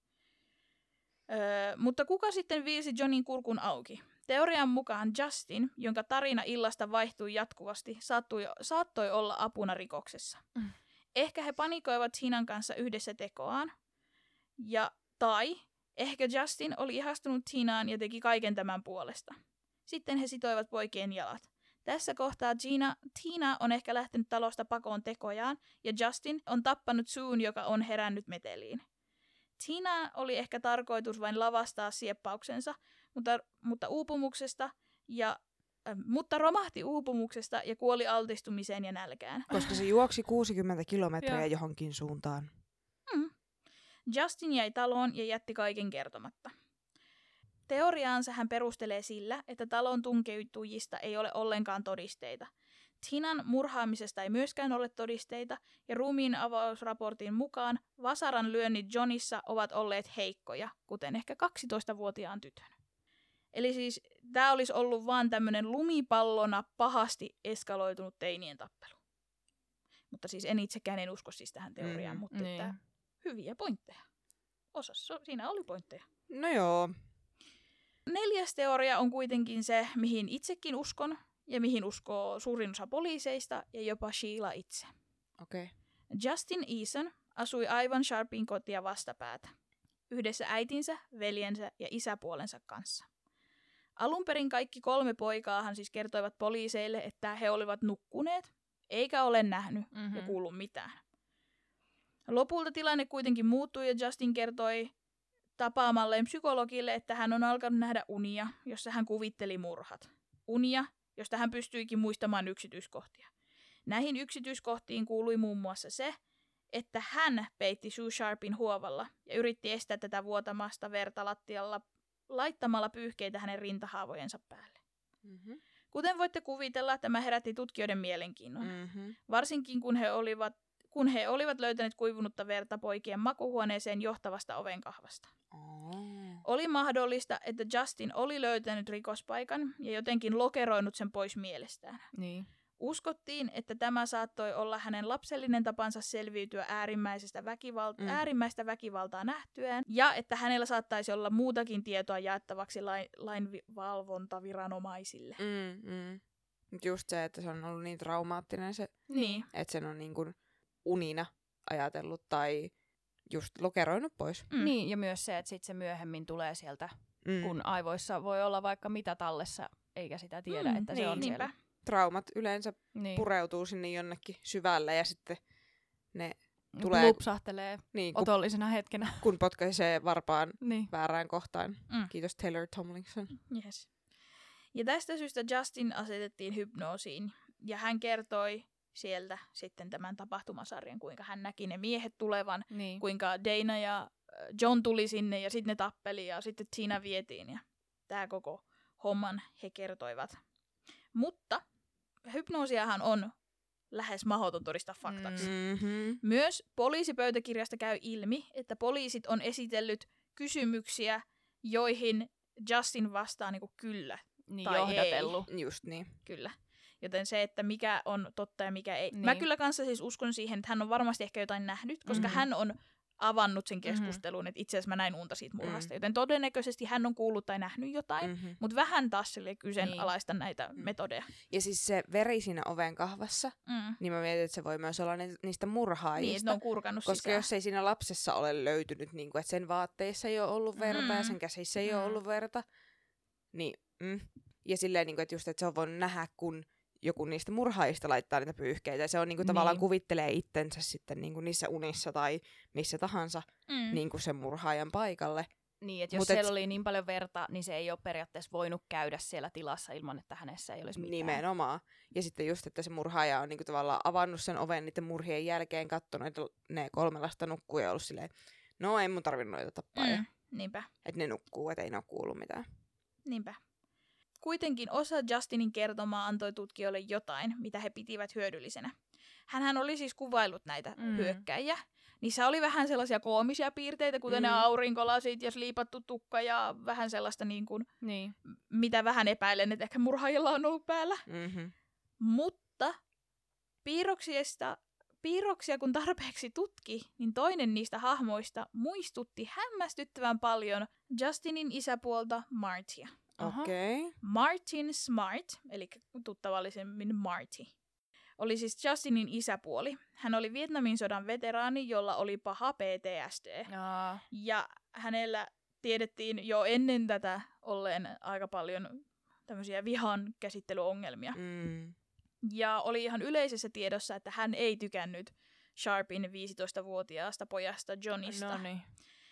Öö, mutta kuka sitten viisi Johnin kurkun auki? Teorian mukaan Justin, jonka tarina illasta vaihtui jatkuvasti, saattoi, saattoi olla apuna rikoksessa. Mm. Ehkä he panikoivat Tinan kanssa yhdessä tekoaan, ja, tai ehkä Justin oli ihastunut Tinaan ja teki kaiken tämän puolesta. Sitten he sitoivat poikien jalat. Tässä kohtaa Gina, Tina on ehkä lähtenyt talosta pakoon tekojaan, ja Justin on tappanut Suen, joka on herännyt meteliin. Tina oli ehkä tarkoitus vain lavastaa sieppauksensa, mutta, mutta uupumuksesta ja äh, mutta romahti uupumuksesta ja kuoli altistumiseen ja nälkään. Koska se juoksi kuusikymmentä kilometriä johonkin suuntaan. Hmm. Justin jäi taloon ja jätti kaiken kertomatta. Teoriaansa hän perustelee sillä, että talon tunkeutujista ei ole ollenkaan todisteita. Tinan murhaamisesta ei myöskään ole todisteita, ja ruumiin avausraportin mukaan vasaran lyönnit Johnissa ovat olleet heikkoja, kuten ehkä kaksitoistavuotiaan tytön. Eli siis tämä olisi ollut vaan tämmöinen lumipallona pahasti eskaloitunut teinien tappelu. Mutta siis en itsekään en usko siis tähän teoriaan, mm, mutta niin. Että hyviä pointteja. Osassa siinä oli pointteja. No joo. Neljäs teoria on kuitenkin se, mihin itsekin uskon, ja mihin uskoo suurin osa poliiseista ja jopa Sheila itse. Okay. Justin Eason asui aivan Sharpin kotia vastapäätä, yhdessä äitinsä, veljensä ja isäpuolensa kanssa. Alun perin kaikki kolme poikaahan siis kertoivat poliiseille, että he olivat nukkuneet, eikä ole nähnyt mm-hmm. ja kuullut mitään. Lopulta tilanne kuitenkin muuttui ja Justin kertoi tapaamalleen psykologille, että hän on alkanut nähdä unia, jossa hän kuvitteli murhat. Unia, josta hän pystyikin muistamaan yksityiskohtia. Näihin yksityiskohtiin kuului muun muassa se, että hän peitti Sue Sharpin huovalla ja yritti estää tätä vuotamasta verta lattialla laittamalla pyyhkeitä hänen rintahaavojensa päälle. Mm-hmm. Kuten voitte kuvitella, tämä herätti tutkijoiden mielenkiinnon. Mm-hmm. Varsinkin kun he olivat, kun he olivat löytäneet kuivunutta verta poikien makuhuoneeseen johtavasta ovenkahvasta. Oh. Oli mahdollista, että Justin oli löytänyt rikospaikan ja jotenkin lokeroinut sen pois mielestään. Niin. Uskottiin, että tämä saattoi olla hänen lapsellinen tapansa selviytyä äärimmäisestä väkivalta- Mm. äärimmäistä väkivaltaa nähtyään, ja että hänellä saattaisi olla muutakin tietoa jaettavaksi lain- lainvalvontaviranomaisille. Mm, mm. Mut just se, että se on ollut niin traumaattinen se, Niin. että sen on niin kuin unina ajatellut tai just lokeroinut pois. Mm. Niin, ja myös se, että sit se myöhemmin tulee sieltä, Mm. kun aivoissa voi olla vaikka mitä tallessa, eikä sitä tiedä, Mm, että se niin, on niinpä. siellä. Traumat yleensä Niin. pureutuu sinne jonnekin syvälle ja sitten ne Tulee... tulee- Lupsahtelee niin, kun, otollisena hetkenä. kun potkaisee varpaan Niin. väärään kohtaan. Mm. Kiitos Taylor Tomlinson. Yes. Ja tästä syystä Justin asetettiin hypnoosiin, ja hän kertoi sieltä sitten tämän tapahtumasarjan, kuinka hän näki ne miehet tulevan, Niin. kuinka Dana ja äh, John tuli sinne, ja sitten ne tappeli, ja sitten siinä vietiin, ja tämä koko homman he kertoivat. Mutta hypnoosiahan on lähes mahdoton todistaa faktaksi. Mm. Mm-hmm. Myös poliisipöytäkirjasta käy ilmi, että poliisit on esitellyt kysymyksiä, joihin Justin vastaa niin kuin kyllä, Niin Tai johdatellut. Just niin. kyllä. Joten se, että mikä on totta ja mikä ei. Niin. Mä kyllä kanssa siis uskon siihen, että hän on varmasti ehkä jotain nähnyt, koska Mhm. hän on avannut sen keskustelun, että itse asiassa mä näin unta siitä murhasta. Mm. Joten todennäköisesti hän on kuullut tai nähnyt jotain, Mm-hmm. mutta vähän taas sille kyseenalaista näitä Mm. metodeja. Ja siis se veri siinä oven kahvassa, Mm. niin mä mietin, että se voi myös olla ni- niistä Niin, murhaajista. että ne on kurkannut Koska sisään. jos ei siinä lapsessa ole löytynyt, niin kuin, että sen vaatteissa ei ole ollut verta Mm. ja sen käsissä ei Mm. ole ollut verta, niin mm. Ja silleen, niin kuin, että just, että se on voinut nähdä, kun joku niistä murhaajista laittaa niitä pyyhkeitä. Ja se on niin kuin, Niin. tavallaan kuvittelee itsensä sitten niin kuin niissä unissa tai missä tahansa Mm. niin kuin sen murhaajan paikalle. Niin, että jos Mut siellä et- oli niin paljon verta, niin se ei ole periaatteessa voinut käydä siellä tilassa ilman, että hänessä ei olisi mitään. Nimenomaan. Ja sitten just, että se murhaaja on niin kuin, tavallaan avannut sen oven niiden murhien jälkeen, katsonut, että ne kolme lasta nukkuu ja ollut silleen, no ei mun tarvinnut noita tappaa. Ja, Mm. Niinpä. että ne nukkuu, että ei ne ole kuullut mitään. Niinpä. Kuitenkin osa Justinin kertomaa antoi tutkijoille jotain, mitä he pitivät hyödyllisenä. Hänhän oli siis kuvaillut näitä Mm. hyökkäjiä. Niissä oli vähän sellaisia koomisia piirteitä, kuten Mm. ne aurinkolasit ja sliipattu tukka ja vähän sellaista, niin kuin, Niin. mitä vähän epäilen, että ehkä murhaajilla on ollut päällä. Mm-hmm. Mutta piirroksista, piirroksia kun tarpeeksi tutki, niin toinen niistä hahmoista muistutti hämmästyttävän paljon Justinin isäpuolta Martya. Aha. Okei. Okay. Martin Smart, eli tuttavallisemmin Marty, oli siis Justinin isäpuoli. Hän oli Vietnamin sodan veteraani, jolla oli paha P T S D. Aa. Ja hänellä tiedettiin jo ennen tätä olleen aika paljon tämmöisiä vihan käsittelyongelmia. Mm. Ja oli ihan yleisessä tiedossa, että hän ei tykännyt Sharpin viisitoistavuotiaasta pojasta Johnista. No niin.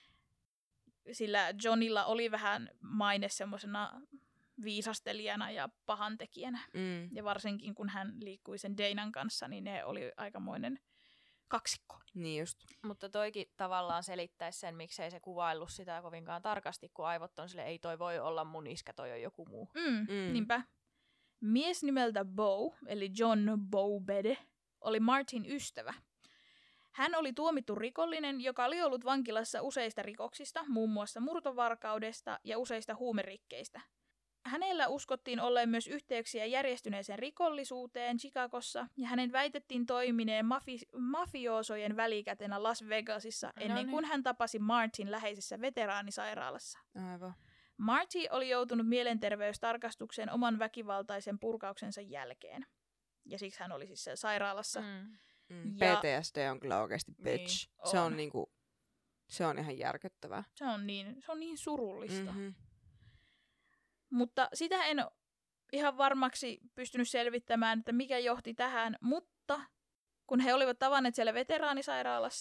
Sillä Johnilla oli vähän maine semmoisena viisastelijana ja pahantekijänä. Mm. Ja varsinkin kun hän liikkui sen Danan kanssa, niin ne oli aikamoinen kaksikko. Niin just. Mutta toikin tavallaan selittäisi sen, miksei se kuvaillut sitä kovinkaan tarkasti, kun aivot on sille, ei toi voi olla mun iskä, toi on joku muu. Mm, Mm. Niinpä. Mies nimeltä Bo, eli John Bobede, oli Martin ystävä. Hän oli tuomittu rikollinen, joka oli ollut vankilassa useista rikoksista, muun muassa murtovarkaudesta ja useista huumerikkeistä. Hänellä uskottiin olleen myös yhteyksiä järjestyneeseen rikollisuuteen Chicagossa, ja hänen väitettiin toimineen mafi- mafioosojen välikätenä Las Vegasissa ennen No niin. kuin hän tapasi Martin läheisessä veteraanisairaalassa. Aivan. Marty oli joutunut mielenterveystarkastukseen oman väkivaltaisen purkauksensa jälkeen. Ja siksi hän oli siis siellä sairaalassa. Mm. Mm. Mm. Ja- P T S D on kyllä oikeasti bitch. Niin, se on. on niinku, se on ihan järkyttävää. Se on niin, se on niin surullista. Mm-hmm. Mm-hmm. Mutta sitä en ihan varmaksi pystynyt selvittämään, että mikä johti tähän. Mutta kun he olivat tavanneet siellä veteraanisairaalassa,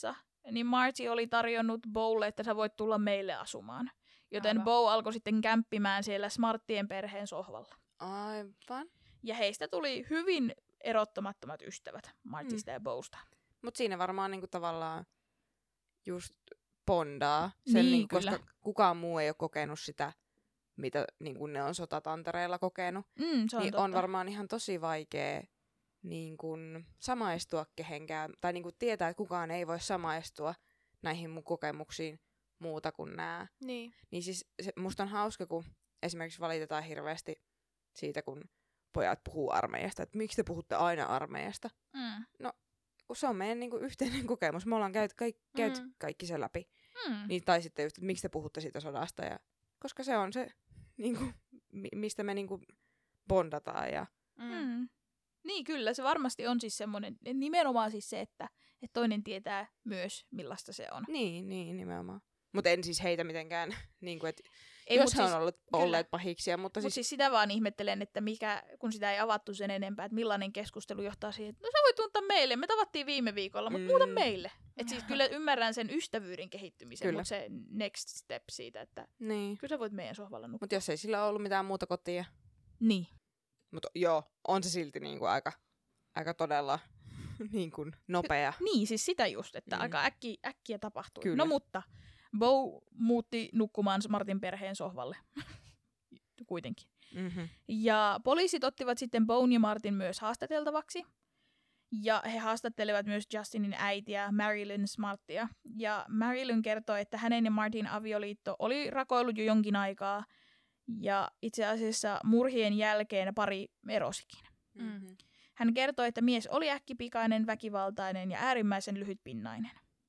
niin Marty oli tarjonnut Bowlle, että sä voit tulla meille asumaan. Joten Aivan. Bow alkoi sitten kämppimään siellä Smarttien perheen sohvalla. Aivan. Ja heistä tuli hyvin erottamattomat ystävät, Martysta mm. ja Bowsta. Mut siinä varmaan niinku tavallaan just bondaa. Sen, Niin, niinku, kyllä. koska kukaan muu ei ole kokenut sitä, mitä niinku ne on sotatantereilla kokenut. Mm, se on niin totta. on varmaan ihan tosi vaikea niin kun, samaistua kehenkään. Tai niin kun, tietää, että kukaan ei voi samaistua näihin mun kokemuksiin muuta kuin nää. Niin. Niin siis se, musta on hauska, kun esimerkiksi valitetaan hirveästi siitä, kun pojat puhuu armeijasta. Että miksi te puhutte aina armeijasta? Mm. Kun se on meidän niin kuin, yhteinen kokemus. Me ollaan käyty, kaik, käyty Mm. kaikki sen läpi. Mm. Niin, tai sitten just, että miksi te puhutte siitä sodasta. Ja, koska se on se, niin kuin, mi- mistä me niin kuin, bondataan. Ja, Mm. Mm. Niin kyllä, se varmasti on siis semmoinen, nimenomaan siis se, että, että toinen tietää myös millaista se on. niin, niin, nimenomaan. Mutta en siis heitä mitenkään, niin kuin, että Ei, jos mut he on siis, ollut, kyllä. olleet pahiksia. Mutta Mutta siis, siis sitä vaan ihmettelen, että mikä, kun sitä ei avattu sen enempää, että millainen keskustelu johtaa siihen, että no sä voit tuntaa meille, me tavattiin viime viikolla, mutta Mm. muuta meille. Että siis kyllä ymmärrän sen ystävyyden kehittymisen, Kyllä. mutta se next step siitä, että niin. kyllä sä voit meidän sohvalla nukkua. Mutta jos ei sillä ole ollut mitään muuta kotia. Niin. Mutta joo, on se silti niin kuin, aika, aika todella niin kuin, nopea. Niin, siis sitä just, että Mm. mm. aika äkki, äkkiä tapahtui. Kyllä. No mutta, Bow muutti nukkumaan Smartin perheen sohvalle. Kuitenkin. Mm-hmm. Ja poliisit ottivat sitten Bown ja Martin myös haastateltavaksi. Ja he haastattelevat myös Justinin äitiä, Marilyn Smartia. Ja Marilyn kertoi, että hänen ja Martin avioliitto oli rakoillut jo jonkin aikaa. Ja itse asiassa murhien jälkeen pari erosikin. Mm-hmm. Hän kertoi, että mies oli äkkipikainen, väkivaltainen ja äärimmäisen lyhytpinnainen.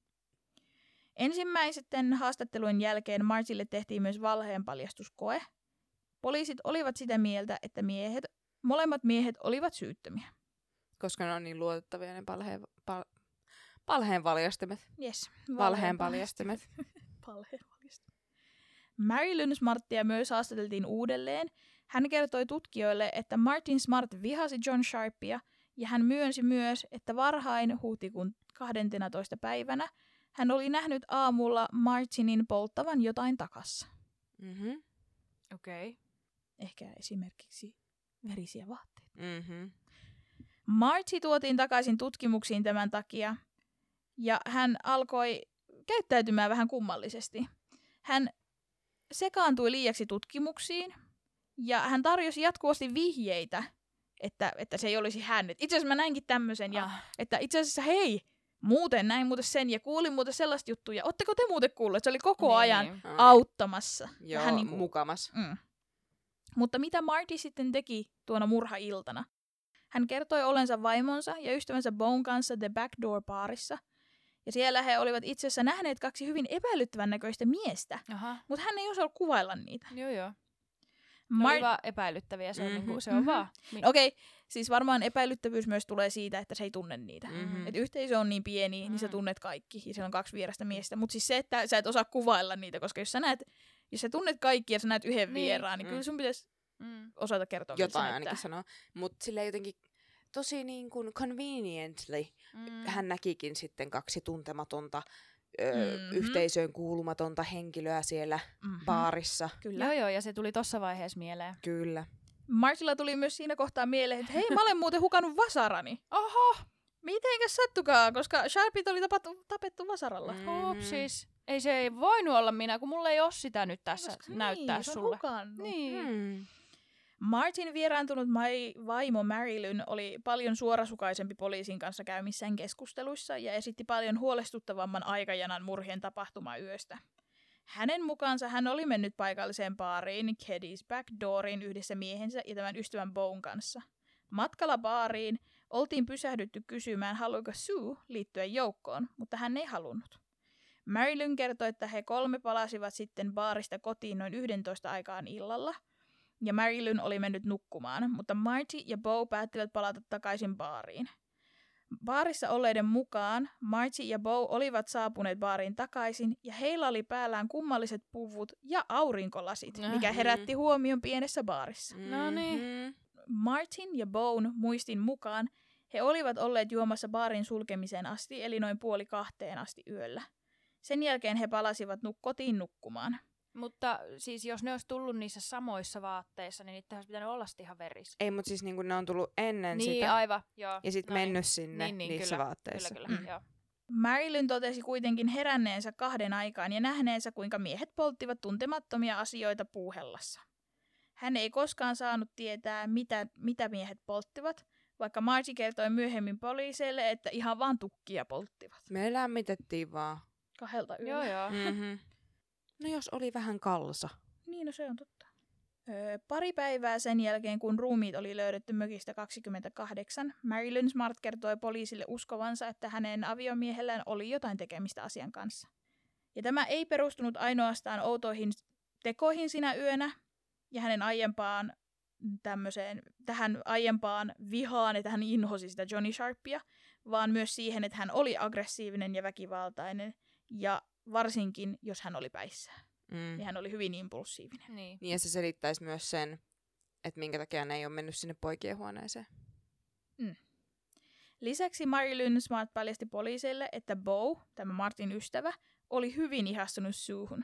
Ensimmäisten haastattelujen jälkeen Martille tehtiin myös valheenpaljastuskoe. Poliisit olivat sitä mieltä, että miehet, molemmat miehet olivat syyttömiä. Koska ne on niin luotettavia ne palheen, pal, palheen valjastimet. Yes, Valheen paljastimet. Valheen paljastimet. Marilyn Smartia myös haastateltiin uudelleen. Hän kertoi tutkijoille, että Martin Smart vihasi John Sharpia, ja hän myönsi myös, että varhain huhtikuun kahdenteentoista päivänä hän oli nähnyt aamulla Martinin polttavan jotain takassa. Mm-hmm. Okei. Okay. Ehkä esimerkiksi verisiä vaatteita. Mm-hmm. Marty tuotiin takaisin tutkimuksiin tämän takia, ja hän alkoi käyttäytymään vähän kummallisesti. Hän sekaantui liiaksi tutkimuksiin, ja hän tarjosi jatkuvasti vihjeitä, että, että se ei olisi hän. Et itse asiassa mä näinkin tämmöisen, ja Ah. että itse asiassa hei, muuten näin muuten sen, ja kuulin muuten sellaista juttua, ja ootteko te muuten kuulleet? Se oli koko Niin. ajan auttamassa. Joo, Vähän niin kuin, mukamas. mm. Mutta mitä Marty sitten teki tuona murhailtana? Hän kertoi olensa vaimonsa ja ystävänsä Bown kanssa The Backdoor-baarissa. Ja siellä he olivat itse asiassa nähneet kaksi hyvin epäilyttävän näköistä miestä, Aha. mutta hän ei osannut kuvailla niitä. Joo, joo. Ne Mar- Mar- oli vaan epäilyttäviä, se on, Mhm. niinku, se on Mhm. vaan. Mi- Okei, okay, siis varmaan epäilyttävyys myös tulee siitä, että se ei tunne niitä. Mhm. Et yhteisö on niin pieni, niin sä Mm. tunnet kaikki, ja siellä on kaksi vierasta miestä. Mutta siis se, että sä et osaa kuvailla niitä, koska jos sä näet, jos sä tunnet kaikki ja sä näet yhden Niin. vieraan, niin Mm. kyllä sun pitäisi mm. osata kertoa, miltä se Jotain näyttää. ainakin sanoo. Mutta sillä jotenkin tosi niin kuin conveniently Mm. hän näkikin sitten kaksi tuntematonta, ö, Mhm. yhteisöön kuulumatonta henkilöä siellä Mhm. baarissa. Kyllä. Joo, joo, ja se tuli tossa vaiheessa mieleen. Kyllä. Martilla tuli myös siinä kohtaa mieleen, että hei, mä olen muuten hukannut vasarani. Oho! Mitenkäs sattukaa, koska Sharpit oli tapettu, tapettu vasaralla. Mm. Hopsis. Ei se ei voinut olla minä, kun mulla ei ole sitä nyt tässä Koska- näyttää niin, se on sulle. hukannut. Niin. Hmm. Martin vieraantunut mai- vaimo Marilyn oli paljon suorasukaisempi poliisin kanssa käymissään keskusteluissa ja esitti paljon huolestuttavamman aikajanan murhien tapahtumayöstä. Hänen mukaansa hän oli mennyt paikalliseen baariin Keddy's Backdooriin yhdessä miehensä ja tämän ystävän Bown kanssa. Matkalla baariin oltiin pysähdytty kysymään, haluiko Sue liittyä joukkoon, mutta hän ei halunnut. Marilyn kertoi, että he kolme palasivat sitten baarista kotiin noin yksitoista aikaan illalla, ja Marilyn oli mennyt nukkumaan, mutta Marty ja Bow päättivät palata takaisin baariin. Baarissa olleiden mukaan Marty ja Bow olivat saapuneet baariin takaisin, ja heillä oli päällään kummalliset puvut ja aurinkolasit, mikä Mhm. herätti huomion pienessä baarissa. No niin. Mhm. Martin ja Bown muistin mukaan He olivat olleet juomassa baarin sulkemiseen asti, eli noin puoli kahteen asti yöllä. Sen jälkeen he palasivat nuk- kotiin nukkumaan. Mutta siis jos ne olisi tullut niissä samoissa vaatteissa, niin niitä olisi pitänyt olla ihan verissä. Ei, mutta siis niinku ne on tullut ennen niin, sitä. aivan, joo. Ja sitten no mennyt niin. sinne niin, niin, niissä kyllä, vaatteissa. Kyllä, kyllä, Mm. joo. Marilyn totesi kuitenkin heränneensä kahden aikaan ja nähneensä, kuinka miehet polttivat tuntemattomia asioita puuhellassa. Hän ei koskaan saanut tietää, mitä, mitä miehet polttivat, vaikka Marty kertoi myöhemmin poliiseille, että ihan vaan tukkia polttivat. Me lämmitettiin vaan. Kahdelta yöllä. Joo, joo. Mm-hmm. No jos oli vähän kalsa. Niin, no se on totta. Öö, pari päivää sen jälkeen, kun ruumiit oli löydetty mökistä kaksikymmentäkahdeksan, Marilyn Smart kertoi poliisille uskovansa, että hänen aviomiehellään oli jotain tekemistä asian kanssa. Ja tämä ei perustunut ainoastaan outoihin tekoihin sinä yönä ja hänen aiempaan tämmöiseen, tähän aiempaan vihaan, että hän inhosi sitä Johnny Sharpia, vaan myös siihen, että hän oli aggressiivinen ja väkivaltainen ja varsinkin, jos hän oli päissään. Mm. Ja hän oli hyvin impulsiivinen. Niin. Niin ja se selittäisi myös sen, että minkä takia ne ei ole mennyt sinne poikien huoneeseen. Mm. Lisäksi Marilyn Smart paljasti poliisille, että Beau, tämä Martin ystävä, oli hyvin ihastunut Suehun.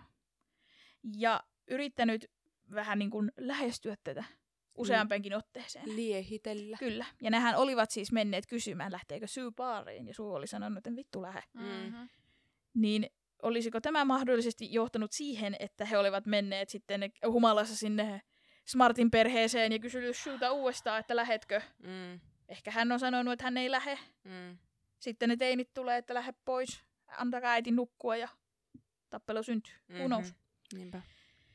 Ja yrittänyt vähän niin kuin lähestyä tätä useampankin otteeseen. Liehitellä. Kyllä. Ja nehän olivat siis menneet kysymään, lähteekö Sue baariin. Ja Sue oli sanonut, että vittu lähde. Mm-hmm. Niin olisiko tämä mahdollisesti johtanut siihen, että he olivat menneet sitten humalassa sinne Smartin perheeseen ja kysynyt Sueta uudestaan, että lähetkö? Mm. Ehkä hän on sanonut, että hän ei lähe. Mm. Sitten ne teinit tulee, että lähde pois, antakaa äitin nukkua ja tappelu syntyy. Who Mhm. knows? Niinpä.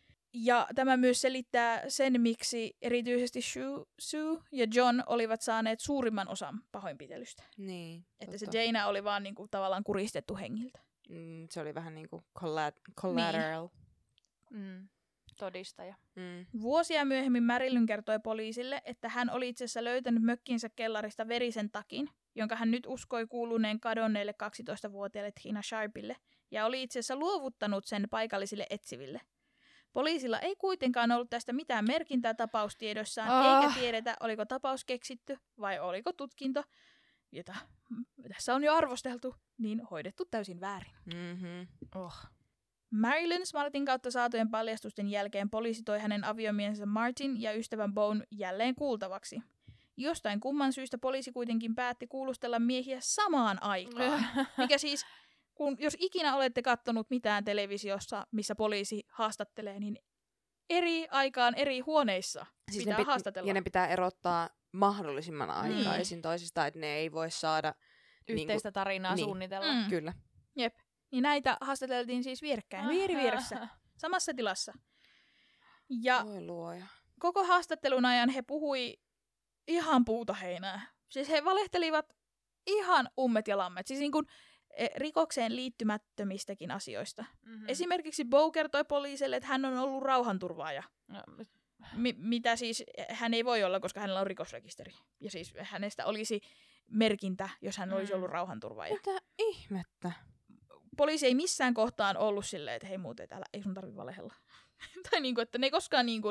Ja tämä myös selittää sen, miksi erityisesti Sue, Sue ja John olivat saaneet suurimman osan pahoinpitelystä. Niin, Että totta. se Dana oli vaan niinku tavallaan kuristettu hengiltä. Mm, se oli vähän niinku collat- collateral. Mm. Todistaja. Mm. Vuosia myöhemmin Marilyn kertoi poliisille, että hän oli itse asiassa löytänyt mökkinsä kellarista verisen takin, jonka hän nyt uskoi kuuluneen kadonneelle kaksitoistavuotiaalle Tina Sharpille, ja oli itse asiassa luovuttanut sen paikallisille etsiville. Poliisilla ei kuitenkaan ollut tästä mitään merkintää tapaustiedossaan, Ah. eikä tiedetä, oliko tapaus keksitty vai oliko tutkinto, jota tässä on jo arvosteltu, niin hoidettu täysin väärin. Mm-hmm. Oh. Marilyn Smartin kautta saatujen paljastusten jälkeen poliisi toi hänen aviomiehensä Martin ja ystävän Beaun jälleen kuultavaksi. Jostain kumman syystä poliisi kuitenkin päätti kuulustella miehiä samaan aikaan. Mikä siis, kun, jos ikinä olette kattonut mitään televisiossa, missä poliisi haastattelee, niin eri aikaan eri huoneissa Siis pitää ne pit- haastatella. Ja ne pitää erottaa mahdollisimman aikaisin toisistaan, että ne ei voi saada... Yhteistä tarinaa niin. suunnitella. Mm. Kyllä. Jep. Niin näitä haastateltiin siis vierekkäin, vieri vieressä, samassa tilassa. Ja Voi luoja. koko haastattelun ajan he puhui ihan puuta heinää. Siis he valehtelivat ihan ummet ja lammet. Siis niin kuin eh, rikokseen liittymättömistäkin asioista. Mm-hmm. Esimerkiksi Beau kertoi poliisille, että hän on ollut rauhanturvaaja. No, Mi- mitä siis hän ei voi olla, koska hänellä on rikosrekisteri. Ja siis hänestä olisi merkintä, jos hän olisi Mm. ollut rauhanturvaaja. Mitä ihmettä? Poliisi ei missään kohtaan ollut silleen, että hei muuten, täällä ei sun tarvi valehella. tai niinku, että ne ei koskaan niinku,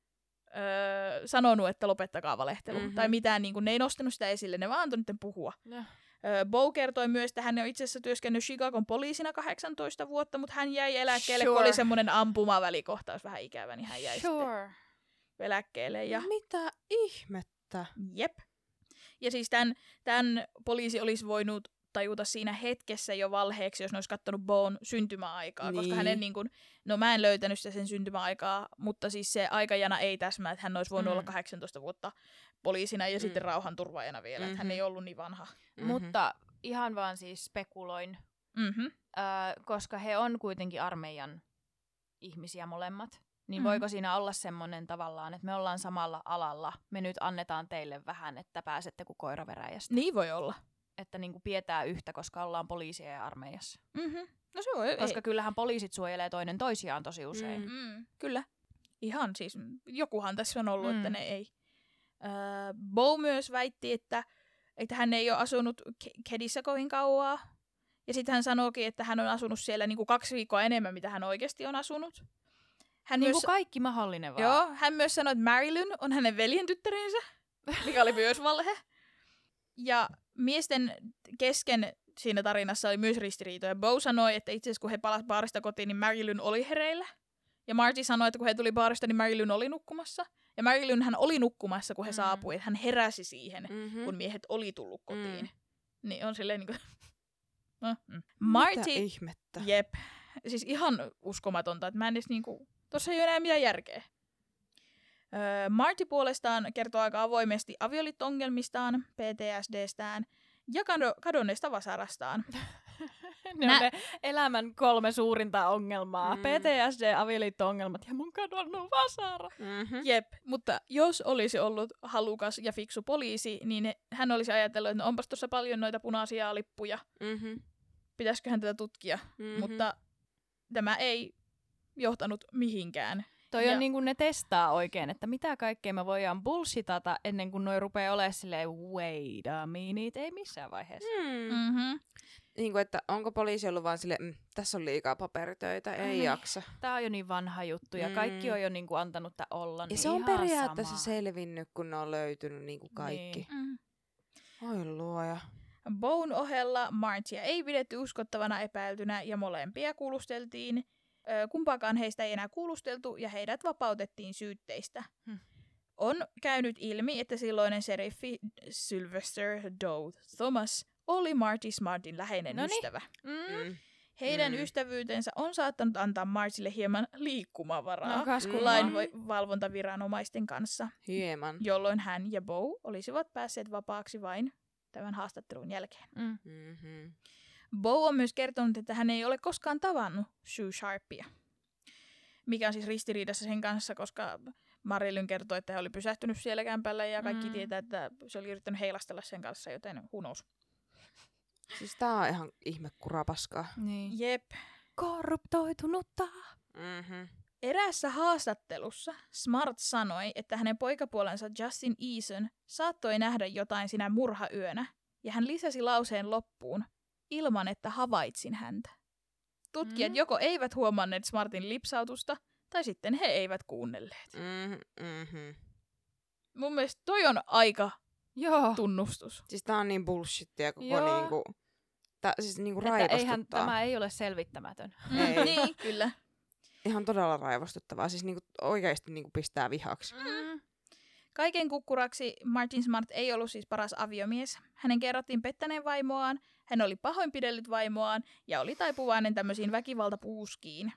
öö, sanonut, että lopettakaa valehtelu. Mhm. Mm-hmm. Tai mitään, niinku, ne ei nostanut sitä esille, ne vaan antoi niiden puhua. no. Öö, Beau kertoi myös, että hän on itse asiassa työskennellyt Chicagon poliisina kahdeksantoista vuotta, mutta hän jäi eläkkeelle, Sure. kun oli semmoinen ampumavälikohtaus vähän ikävä, niin hän jäi Sure. sitten eläkkeelle. Ja Mitä ihmettä? jep. Ja siis tämän, tämän poliisi olisi voinut tajuta siinä hetkessä jo valheeksi, jos ne olisi katsonut Beaun syntymäaikaa, koska Niin. hänen niin kuin, no mä en löytänyt sitä sen syntymäaikaa, mutta siis se aikajana ei täsmää, että hän olisi voinut Mm. olla kahdeksantoista vuotta poliisina ja Mm. sitten rauhanturvaajana vielä, että hän Mhm. ei ollut niin vanha. Mhm. Mutta ihan vaan siis spekuloin, Mhm. äh, koska he on kuitenkin armeijan ihmisiä molemmat. Niin Mhm. voiko siinä olla semmoinen tavallaan, että me ollaan samalla alalla, me nyt annetaan teille vähän, että pääsette kuin koiraveräjästä. Niin voi olla. Että niinku pidetään yhtä, koska ollaan poliisia ja armeijassa. Mhm. No se voi, Koska kyllähän poliisit suojelee toinen toisiaan tosi usein. Mm. Mm, kyllä. Ihan siis, jokuhan tässä on ollut, Mm. että ne ei. Öö, Beau myös väitti, että, että hän ei ole asunut Ke- Kedissä kovin kauaa. Ja sitten hän sanoikin, että hän on asunut siellä niinku kaksi viikkoa enemmän, mitä hän oikeasti on asunut. Hän, Niin myös, kuin kaikki mahdollinen vaan. joo, hän myös sanoi, että Marilyn on hänen veljen tyttärensä, mikä oli myös valhe. Ja miesten kesken siinä tarinassa oli myös ristiriitoja. Beau sanoi, että itse asiassa kun he palasivat baarista kotiin, niin Marilyn oli hereillä. Ja Marty sanoi, että kun he tuli baarista, niin Marilyn oli nukkumassa. Ja Marilyn hän oli nukkumassa, kun he mm. saapui. Hän heräsi siihen, mm-hmm. kun miehet oli tullut kotiin. Mm. Niin on silleen niinku... no, mm. Marty... Mitä ihmettä? Jep. Siis ihan uskomatonta, että mä en edes niinku... Tossa ei ole enää mitään järkeä. Öö, Marty puolestaan kertoo aika avoimesti avioliitto-ongelmistaan, P T S D:stään ja kado- kadonneesta vasarastaan. Ne Nä- on ne elämän kolme suurinta ongelmaa. Mm. P T S D, avioliitto-ongelmat ja mun kadonnut vasara. Mm-hmm. Jep, mutta jos olisi ollut halukas ja fiksu poliisi, niin hän olisi ajatellut, että no onpas tuossa paljon noita punaisia lippuja. Mm-hmm. Pitäisiköhän tätä tutkia, Mm-hmm. mutta tämä ei johtanut mihinkään. Toi Ja- on niin kuin ne testaa oikein, että mitä kaikkea me voidaan bullshitata ennen kuin noi rupeaa olemaan silleen, wait a minute, ei missään vaiheessa. Mm. Mm-hmm. Niin kuin, että onko poliisi ollut vaan silleen, mm, tässä on liikaa paperitöitä, ei Niin. jaksa. Tää on jo niin vanha juttu ja Mm. kaikki on jo niin kuin antanut tää olla. Ja Niin se on ihan periaatteessa sama. selvinnyt, kun ne on löytynyt niin kuin kaikki. Niin. Mm. Oi luoja. Bowen ohella Martya ei pidetty uskottavana epäiltynä ja molempia kuulusteltiin. Ö, kumpaakaan heistä ei enää kuulusteltu ja heidät vapautettiin syytteistä. Hmm. On käynyt ilmi, että silloinen seriffi Sylvester Doe Thomas oli Marty Smartin läheinen Noniin. ystävä. Mm. Mm. Heidän Mm. ystävyytensä on saattanut antaa Martille hieman liikkumavaraa No kas kummaa. lainvalvontaviranomaisten kanssa, Hieman. jolloin hän ja Beau olisivat päässeet vapaaksi vain tämän haastattelun jälkeen. Mm. Mm-hmm. Beau on myös kertonut, että hän ei ole koskaan tavannut Sue Sharpia, mikä on siis ristiriidassa sen kanssa, koska Marilyn kertoi, että hän oli pysähtynyt siellä kämpällä ja kaikki Mm. tietää, että se oli yrittänyt heilastella sen kanssa, joten who knows. Siis tää on ihan ihme kurapaskaa. Niin. Jep. Korruptoitunutta. Mm-hmm. Eräässä haastattelussa Smart sanoi, että hänen poikapuolensa Justin Eason saattoi nähdä jotain sinä murhayönä, ja hän lisäsi lauseen loppuun, ilman että havaitsin häntä. Tutkijat Mm. joko eivät huomanneet Smartin lipsautusta, tai sitten he eivät kuunnelleet. Mm-hmm. Mun mielestä toi on aika Joo. tunnustus. Siis tää on niin bullshittia koko Joo. niinku... Tää siis niinku Että eihän raivostuttaa. tämä ei ole selvittämätön. Ei. niin, kyllä. Ihan todella raivostuttavaa. Siis niinku oikeesti niinku pistää vihaksi. Mm. Kaiken kukkuraksi Martin Smart ei ollut siis paras aviomies. Hänen kerrottiin pettäneen vaimoaan, hän oli pahoinpidellyt vaimoaan ja oli taipuvainen tämmöisiin väkivaltapuuskiin.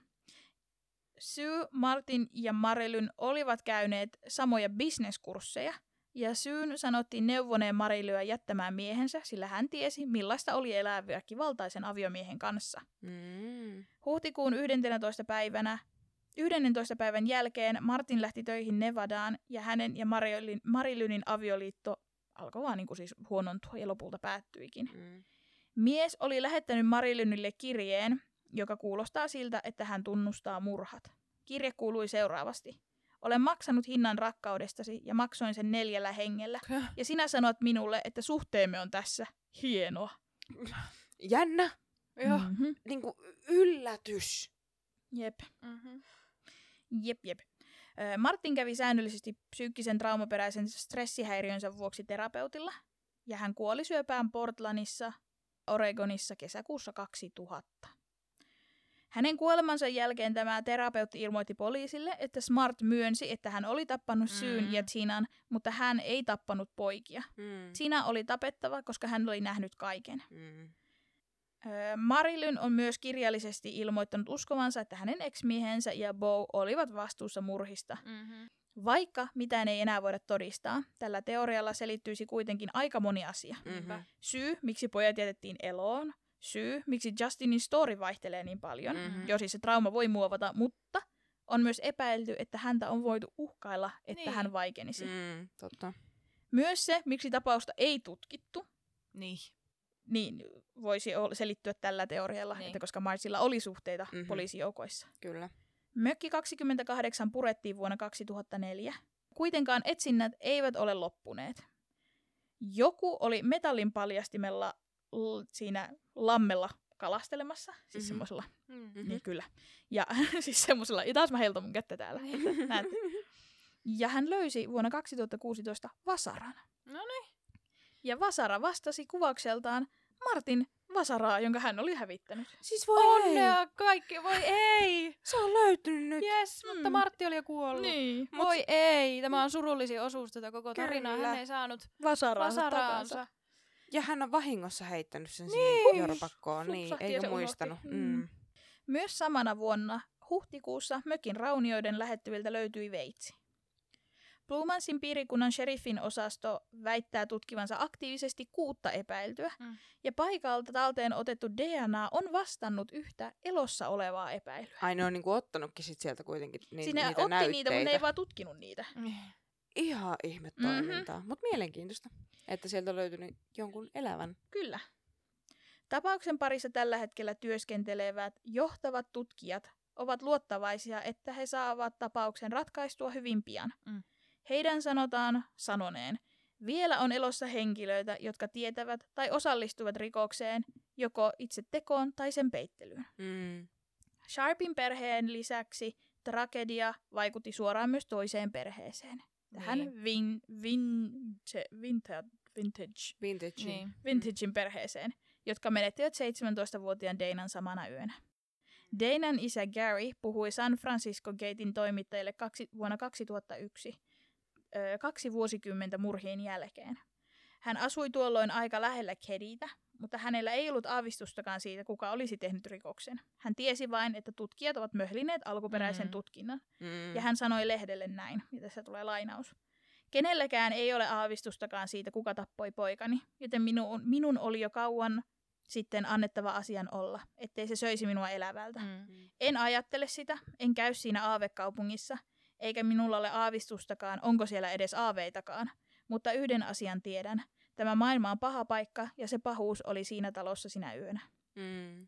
Sue, Martin ja Marilyn olivat käyneet samoja bisneskursseja, ja Suen sanottiin neuvoneen Marilyä jättämään miehensä, sillä hän tiesi, millaista oli elää väkivaltaisen aviomiehen kanssa. Mm. Huhtikuun yhdentenätoista päivänä, yhdennentoista päivän jälkeen Martin lähti töihin Nevadaan, ja hänen ja Marilyn, Marilynin avioliitto alkoi vaan niin kuin siis huonontua ja lopulta päättyikin. Mm. Mies oli lähettänyt Marilynille kirjeen, joka kuulostaa siltä, että hän tunnustaa murhat. Kirje kuului seuraavasti. Olen maksanut hinnan rakkaudestasi ja maksoin sen neljällä hengellä. Ja sinä sanot minulle, että suhteemme on tässä. Hienoa. Jännä. Joo. Mm-hmm. Niinku yllätys. Jep. Mm-hmm. Jep, jep. Ö, Martin kävi säännöllisesti psyykkisen traumaperäisen stressihäiriönsä vuoksi terapeutilla. Ja hän kuoli syöpään Portlandissa, Oregonissa kesäkuussa kaksituhatta. Hänen kuolemansa jälkeen tämä terapeutti ilmoitti poliisille, että Smart myönsi, että hän oli tappanut Suen Mm. ja Tinan, mutta hän ei tappanut poikia. Mm. Tina oli tapettava, koska hän oli nähnyt kaiken. Mm. Öö, Marilyn on myös kirjallisesti ilmoittanut uskovansa, että hänen ex-miehensä ja Beau olivat vastuussa murhista. Mm-hmm. Vaikka mitään ei enää voida todistaa, tällä teorialla selittyisi kuitenkin aika moni asia. Mm-hmm. Syy, miksi pojat jätettiin eloon. Syy, miksi Justinin story vaihtelee niin paljon. Mhm. Jo siis se trauma voi muovata, mutta on myös epäilty, että häntä on voitu uhkailla, että Niin. hän vaikenisi. Mm, totta. Myös se, miksi tapausta ei tutkittu, Niin. niin voisi ol- selittyä tällä teorialla, Niin. että koska Marcilla oli suhteita Mhm. poliisijoukoissa. Kyllä. Mökki kaksikymmentäkahdeksan purettiin vuonna kaksituhattaneljä. Kuitenkaan etsinnät eivät ole loppuneet. Joku oli metallin paljastimella l- siinä lammella kalastelemassa, siis Mhm. semmoisella, Mm-hmm. niin kyllä. Ja siis semmoisella, ja taas mä heiltan mun kättä täällä. Näette. Ja hän löysi vuonna kaksituhattakuusitoista vasaran. No niin. Ja Vasara vastasi kuvaukseltaan Martin Vasaraa, jonka hän oli hävittänyt. Siis voi Onnea ei. kaikki, voi ei! Se on löytynyt nyt. Yes, mutta Mm. Martti oli jo kuollut. Niin. Voi ei, tämä on surullisin osuus tätä koko tarinaa. Kyllä. Hän ei saanut Vasaraansa vasaraansa. takansa. Ja hän on vahingossa heittänyt sen Niin. sinne jorpakkoon. Niin, Fupsahti ja eikä se muistanut. unohti. Mm. Mm. Myös samana vuonna huhtikuussa mökin raunioiden lähettyviltä löytyi veitsi. Blumansin piirikunnan sheriffin osasto väittää tutkivansa aktiivisesti kuutta epäiltyä, Mm. ja paikalta talteen otettu D N A on vastannut yhtä elossa olevaa epäilyä. Ai ne on niinku ottanutkin sit sieltä kuitenkin ni- Sinne niitä otti näytteitä. niitä, mutta ne ei vaan tutkinut niitä. Ihan ihme toimintaa. Mm-hmm. Mutta mielenkiintoista, että sieltä on löytynyt jonkun elävän. Kyllä. Tapauksen parissa tällä hetkellä työskentelevät johtavat tutkijat ovat luottavaisia, että he saavat tapauksen ratkaistua hyvin pian. Mm. Heidän sanotaan sanoneen, vielä on elossa henkilöitä, jotka tietävät tai osallistuvat rikokseen, joko itse tekoon tai sen peittelyyn. Mm. Sharpin perheen lisäksi tragedia vaikutti suoraan myös toiseen perheeseen. Tähän Niin. vin, vintage, vintage, vintage, Vintage. Niin. vintagein perheeseen, jotka menettivät seitsemäntoistavuotiaan Danan samana yönä. Danan isä Gary puhui San Francisco Gatein toimittajille kaksi, vuonna kaksituhattayksi, ö, kaksi vuosikymmentä murhien jälkeen. Hän asui tuolloin aika lähellä Keditä, mutta hänellä ei ollut aavistustakaan siitä, kuka olisi tehnyt rikoksen. Hän tiesi vain, että tutkijat ovat möhlineet alkuperäisen Mm. tutkinnan, Mm. ja hän sanoi lehdelle näin, ja tässä tulee lainaus. Kenelläkään ei ole aavistustakaan siitä, kuka tappoi poikani, joten minun, minun oli jo kauan sitten annettava asian olla, ettei se söisi minua elävältä. Mm. En ajattele sitä, en käy siinä aavekaupungissa, eikä minulla ole aavistustakaan, onko siellä edes aaveitakaan. Mutta yhden asian tiedän. Tämä maailma on paha paikka, ja se pahuus oli siinä talossa sinä yönä. Mm.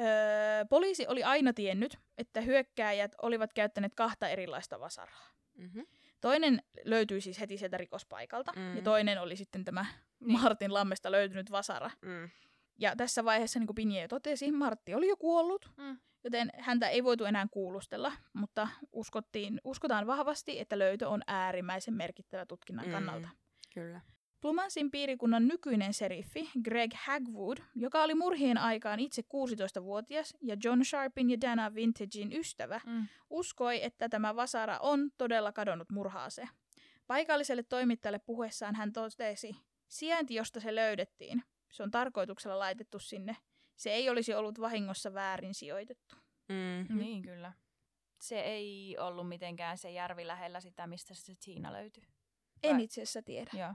Öö, poliisi oli aina tiennyt, että hyökkääjät olivat käyttäneet kahta erilaista vasaraa. Mm-hmm. Toinen löytyi siis heti sieltä rikospaikalta, Mm. ja toinen oli sitten tämä Niin. Martin lammesta löytynyt vasara. Mm. Ja tässä vaiheessa, niin kuin Pinje jo totesi, Martti oli jo kuollut, Mm. joten häntä ei voitu enää kuulustella, mutta uskottiin, uskotaan vahvasti, että löytö on äärimmäisen merkittävä tutkinnan Mm. kannalta. Kyllä. Blumansin piirikunnan nykyinen seriffi Greg Hagwood, joka oli murhien aikaan itse kuusitoistavuotias ja John Sharpin ja Dana Vintagein ystävä, Mm. uskoi, että tämä vasara on todella kadonnut murhaase. Paikalliselle toimittajalle puhuessaan hän totesi, sijainti, josta se löydettiin, se on tarkoituksella laitettu sinne. Se ei olisi ollut vahingossa väärin sijoitettu. Mm-hmm. Niin kyllä. Se ei ollut mitenkään se järvi lähellä sitä, mistä se Tiina löytyi. En Vai- itse asiassa tiedä. Joo.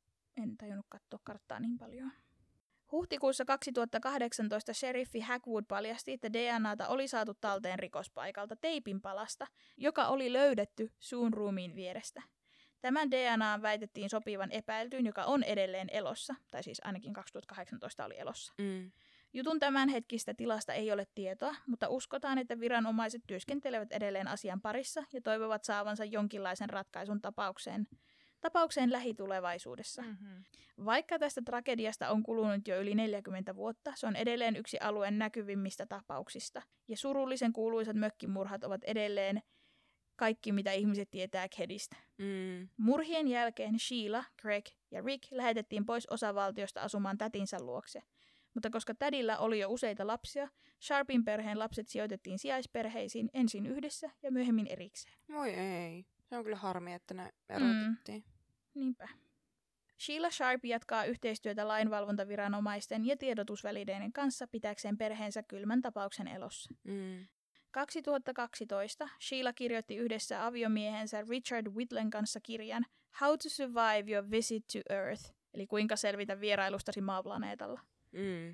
En tajunnut katsoa karttaa niin paljon. Huhtikuussa kaksituhattakahdeksantoista sheriffi Hagwood paljasti, että D N A:ta oli saatu talteen rikospaikalta teipinpalasta, joka oli löydetty suun ruumiin vierestä. Tämän D N A:n väitettiin sopivan epäiltyyn, joka on edelleen elossa, tai siis ainakin kaksituhattakahdeksantoista oli elossa. Mm. Jutun tämänhetkistä tilasta ei ole tietoa, mutta uskotaan, että viranomaiset työskentelevät edelleen asian parissa ja toivovat saavansa jonkinlaisen ratkaisun tapaukseen, tapaukseen lähitulevaisuudessa. Mm-hmm. Vaikka tästä tragediasta on kulunut jo yli neljäkymmentä vuotta, se on edelleen yksi alueen näkyvimmistä tapauksista. Ja surullisen kuuluisat mökkimurhat ovat edelleen kaikki, mitä ihmiset tietää Kedistä. Mm. Murhien jälkeen Sheila, Greg ja Rick lähetettiin pois osavaltiosta asumaan tätinsä luokse. Mutta koska tädillä oli jo useita lapsia, Sharpin perheen lapset sijoitettiin sijaisperheisiin ensin yhdessä ja myöhemmin erikseen. Voi ei. Se on kyllä harmi, että ne erotettiin. Niinpä. Sheila Sharp jatkaa yhteistyötä lainvalvontaviranomaisten ja tiedotusvälineiden kanssa pitääkseen perheensä kylmän tapauksen elossa. Mm. kaksituhattakaksitoista Sheila kirjoitti yhdessä aviomiehensä Richard Whitlen kanssa kirjan How to Survive Your Visit to Earth, eli kuinka selvitä vierailustasi maaplaneetalla. Mm.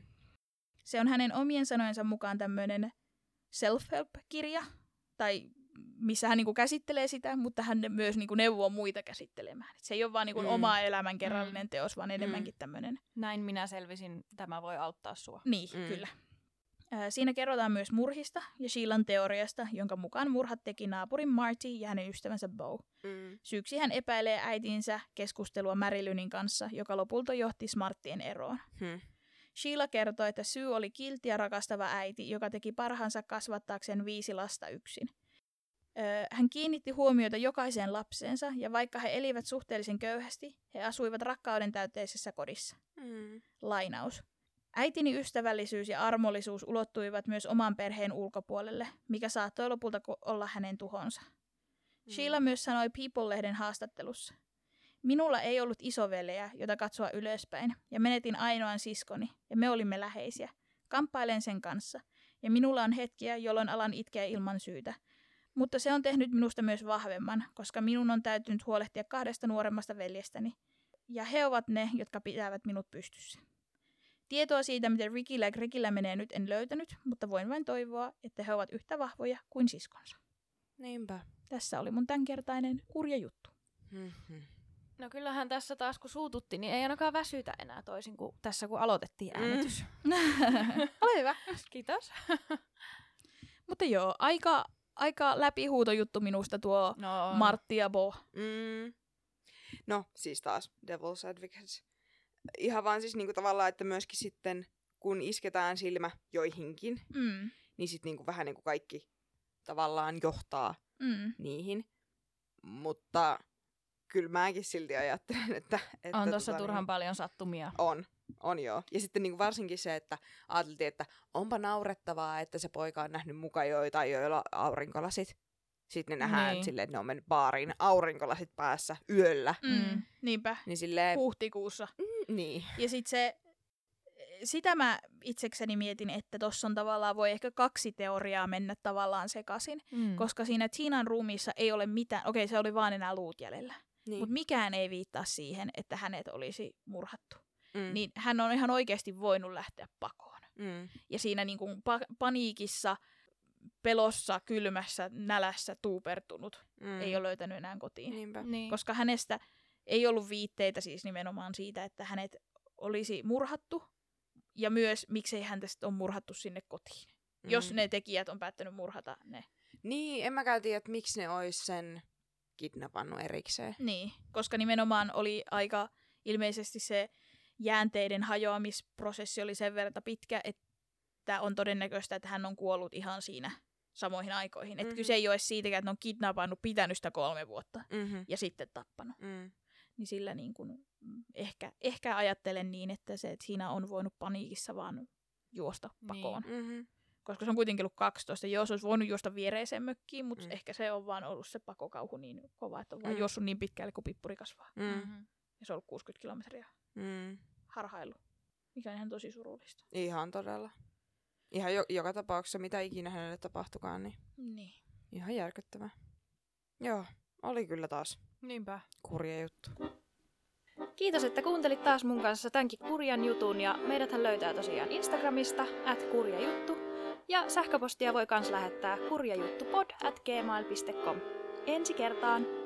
Se on hänen omien sanojensa mukaan tämmöinen self-help-kirja, tai missä hän niinku käsittelee sitä, mutta hän myös niinku neuvoo muita käsittelemään. Et se ei ole vaan niinku Mm. oma elämänkerrallinen teos, vaan enemmänkin Mm. tämmöinen. Näin minä selvisin, tämä voi auttaa sua. Niin, Mm. kyllä. Ää, Siinä kerrotaan myös murhista ja Sheilan teoriasta, jonka mukaan murhat teki naapurin Marty ja hänen ystävänsä Beau. Mm. Syyksi hän epäilee äitinsä keskustelua Marilynin kanssa, joka lopulta johti Smarttien eroon. Hmm. Sheila kertoi, että Sue oli kiltti ja rakastava äiti, joka teki parhaansa kasvattaakseen viisi lasta yksin. Öö, hän kiinnitti huomiota jokaiseen lapseensa, ja vaikka he elivät suhteellisen köyhästi, he asuivat rakkauden täyteisessä kodissa. Mm. Lainaus. Äitini ystävällisyys ja armollisuus ulottuivat myös oman perheen ulkopuolelle, mikä saattoi lopulta olla hänen tuhonsa. Mm. Sheila myös sanoi People-lehden haastattelussa. Minulla ei ollut isoveljeä, jota katsoa ylöspäin, ja menetin ainoan siskoni, ja me olimme läheisiä. Kamppailen sen kanssa, ja minulla on hetkiä, jolloin alan itkeä ilman syytä. Mutta se on tehnyt minusta myös vahvemman, koska minun on täytynyt huolehtia kahdesta nuoremmasta veljestäni, ja he ovat ne, jotka pitävät minut pystyssä. Tietoa siitä, miten Rickillä ja Gregillä menee nyt, en löytänyt, mutta voin vain toivoa, että he ovat yhtä vahvoja kuin siskonsa. Niinpä. Tässä oli mun tämänkertainen kurja juttu. Mm-hmm. No kyllähän tässä taas kun suututti, niin ei ainakaan väsytä enää toisin kuin tässä kun aloitettiin äänitys. Mm. Ole hyvä. Kiitos. Mutta joo, aika, aika läpihuutojuttu minusta tuo No. Martti ja Bo. Mm. No, siis taas Devil's Advocates. Ihan vaan siis niinku tavallaan, että myöskin sitten, kun isketään silmä joihinkin, Mm. niin sitten niinku vähän niinku kaikki tavallaan johtaa Mm. niihin. Mutta kyllä mäkin silti ajattelen, että... että On tuossa tota, turhan niin, paljon sattumia. On, on joo. Ja sitten niinku varsinkin se, että ajateltiin, että onpa naurettavaa, että se poika on nähnyt muka joitain, joilla on aurinkolasit. Sitten ne nähdään Niin. silleen, että ne on mennyt baariin aurinkolasit päässä yöllä. Mm. Mm. Niinpä, Niin silleen... huhtikuussa. Mm, niin. Ja sit se, sitä mä itsekseni mietin, että tossa on tavallaan, voi ehkä kaksi teoriaa mennä tavallaan sekaisin. Mm. Koska siinä Tinan ruumiissa ei ole mitään, okei se oli vaan enää luut jäljellä. Niin. Mutta mikään ei viittaa siihen, että hänet olisi murhattu. Mm. Niin hän on ihan oikeasti voinut lähteä pakoon. Mm. Ja siinä niin kuin pa- paniikissa, pelossa, kylmässä, nälässä tuupertunut Mm. ei ole löytänyt enää kotiin. Niinpä. Niin. Koska hänestä ei ollut viitteitä siis nimenomaan siitä, että hänet olisi murhattu. Ja myös miksei häntä sitten on murhattu sinne kotiin. Mm. Jos ne tekijät on päättänyt murhata ne. Niin, en mäkään tiedä, että miksi ne ois sen kidnappannut erikseen. Niin, koska nimenomaan oli aika ilmeisesti se jäänteiden hajoamisprosessi oli sen verran pitkä, että on todennäköistä, että hän on kuollut ihan siinä samoihin aikoihin. Mm-hmm. Että kyse ei ole siitäkään, että ne on kidnappannut, pitänyt sitä kolme vuotta Mm-hmm. ja sitten tappanut. Mm. Niin sillä niin kuin, mm, ehkä, ehkä ajattelen niin, että, se, että siinä on voinut paniikissa vaan juosta pakoon. Niin. Mm-hmm. Koska se on kuitenkin ollut kaksitoista. Jos olisi voinut juosta viereiseen mökkiin, mutta Mm. ehkä se on vaan ollut se pakokauhu niin kova, että on vaan Mm. juossut niin pitkälle, kuin pippuri kasvaa. Mm. Mm-hmm. Ja se on ollut kuusikymmentä kilometriä Mm. harhailu, mikä on ihan tosi surullista. Ihan todella. Ihan jo- joka tapauksessa, mitä ikinä hänelle tapahtukaan, niin Niin. ihan järkyttävää. Joo, oli kyllä taas Niinpä. kurja juttu. Kiitos, että kuuntelit taas mun kanssa tämänkin kurjan jutun, ja meidäthän löytää tosiaan Instagramista at kurjajuttu, ja sähköpostia voi kans lähettää kurjajuttupod at gmail piste com. Ensi kertaan!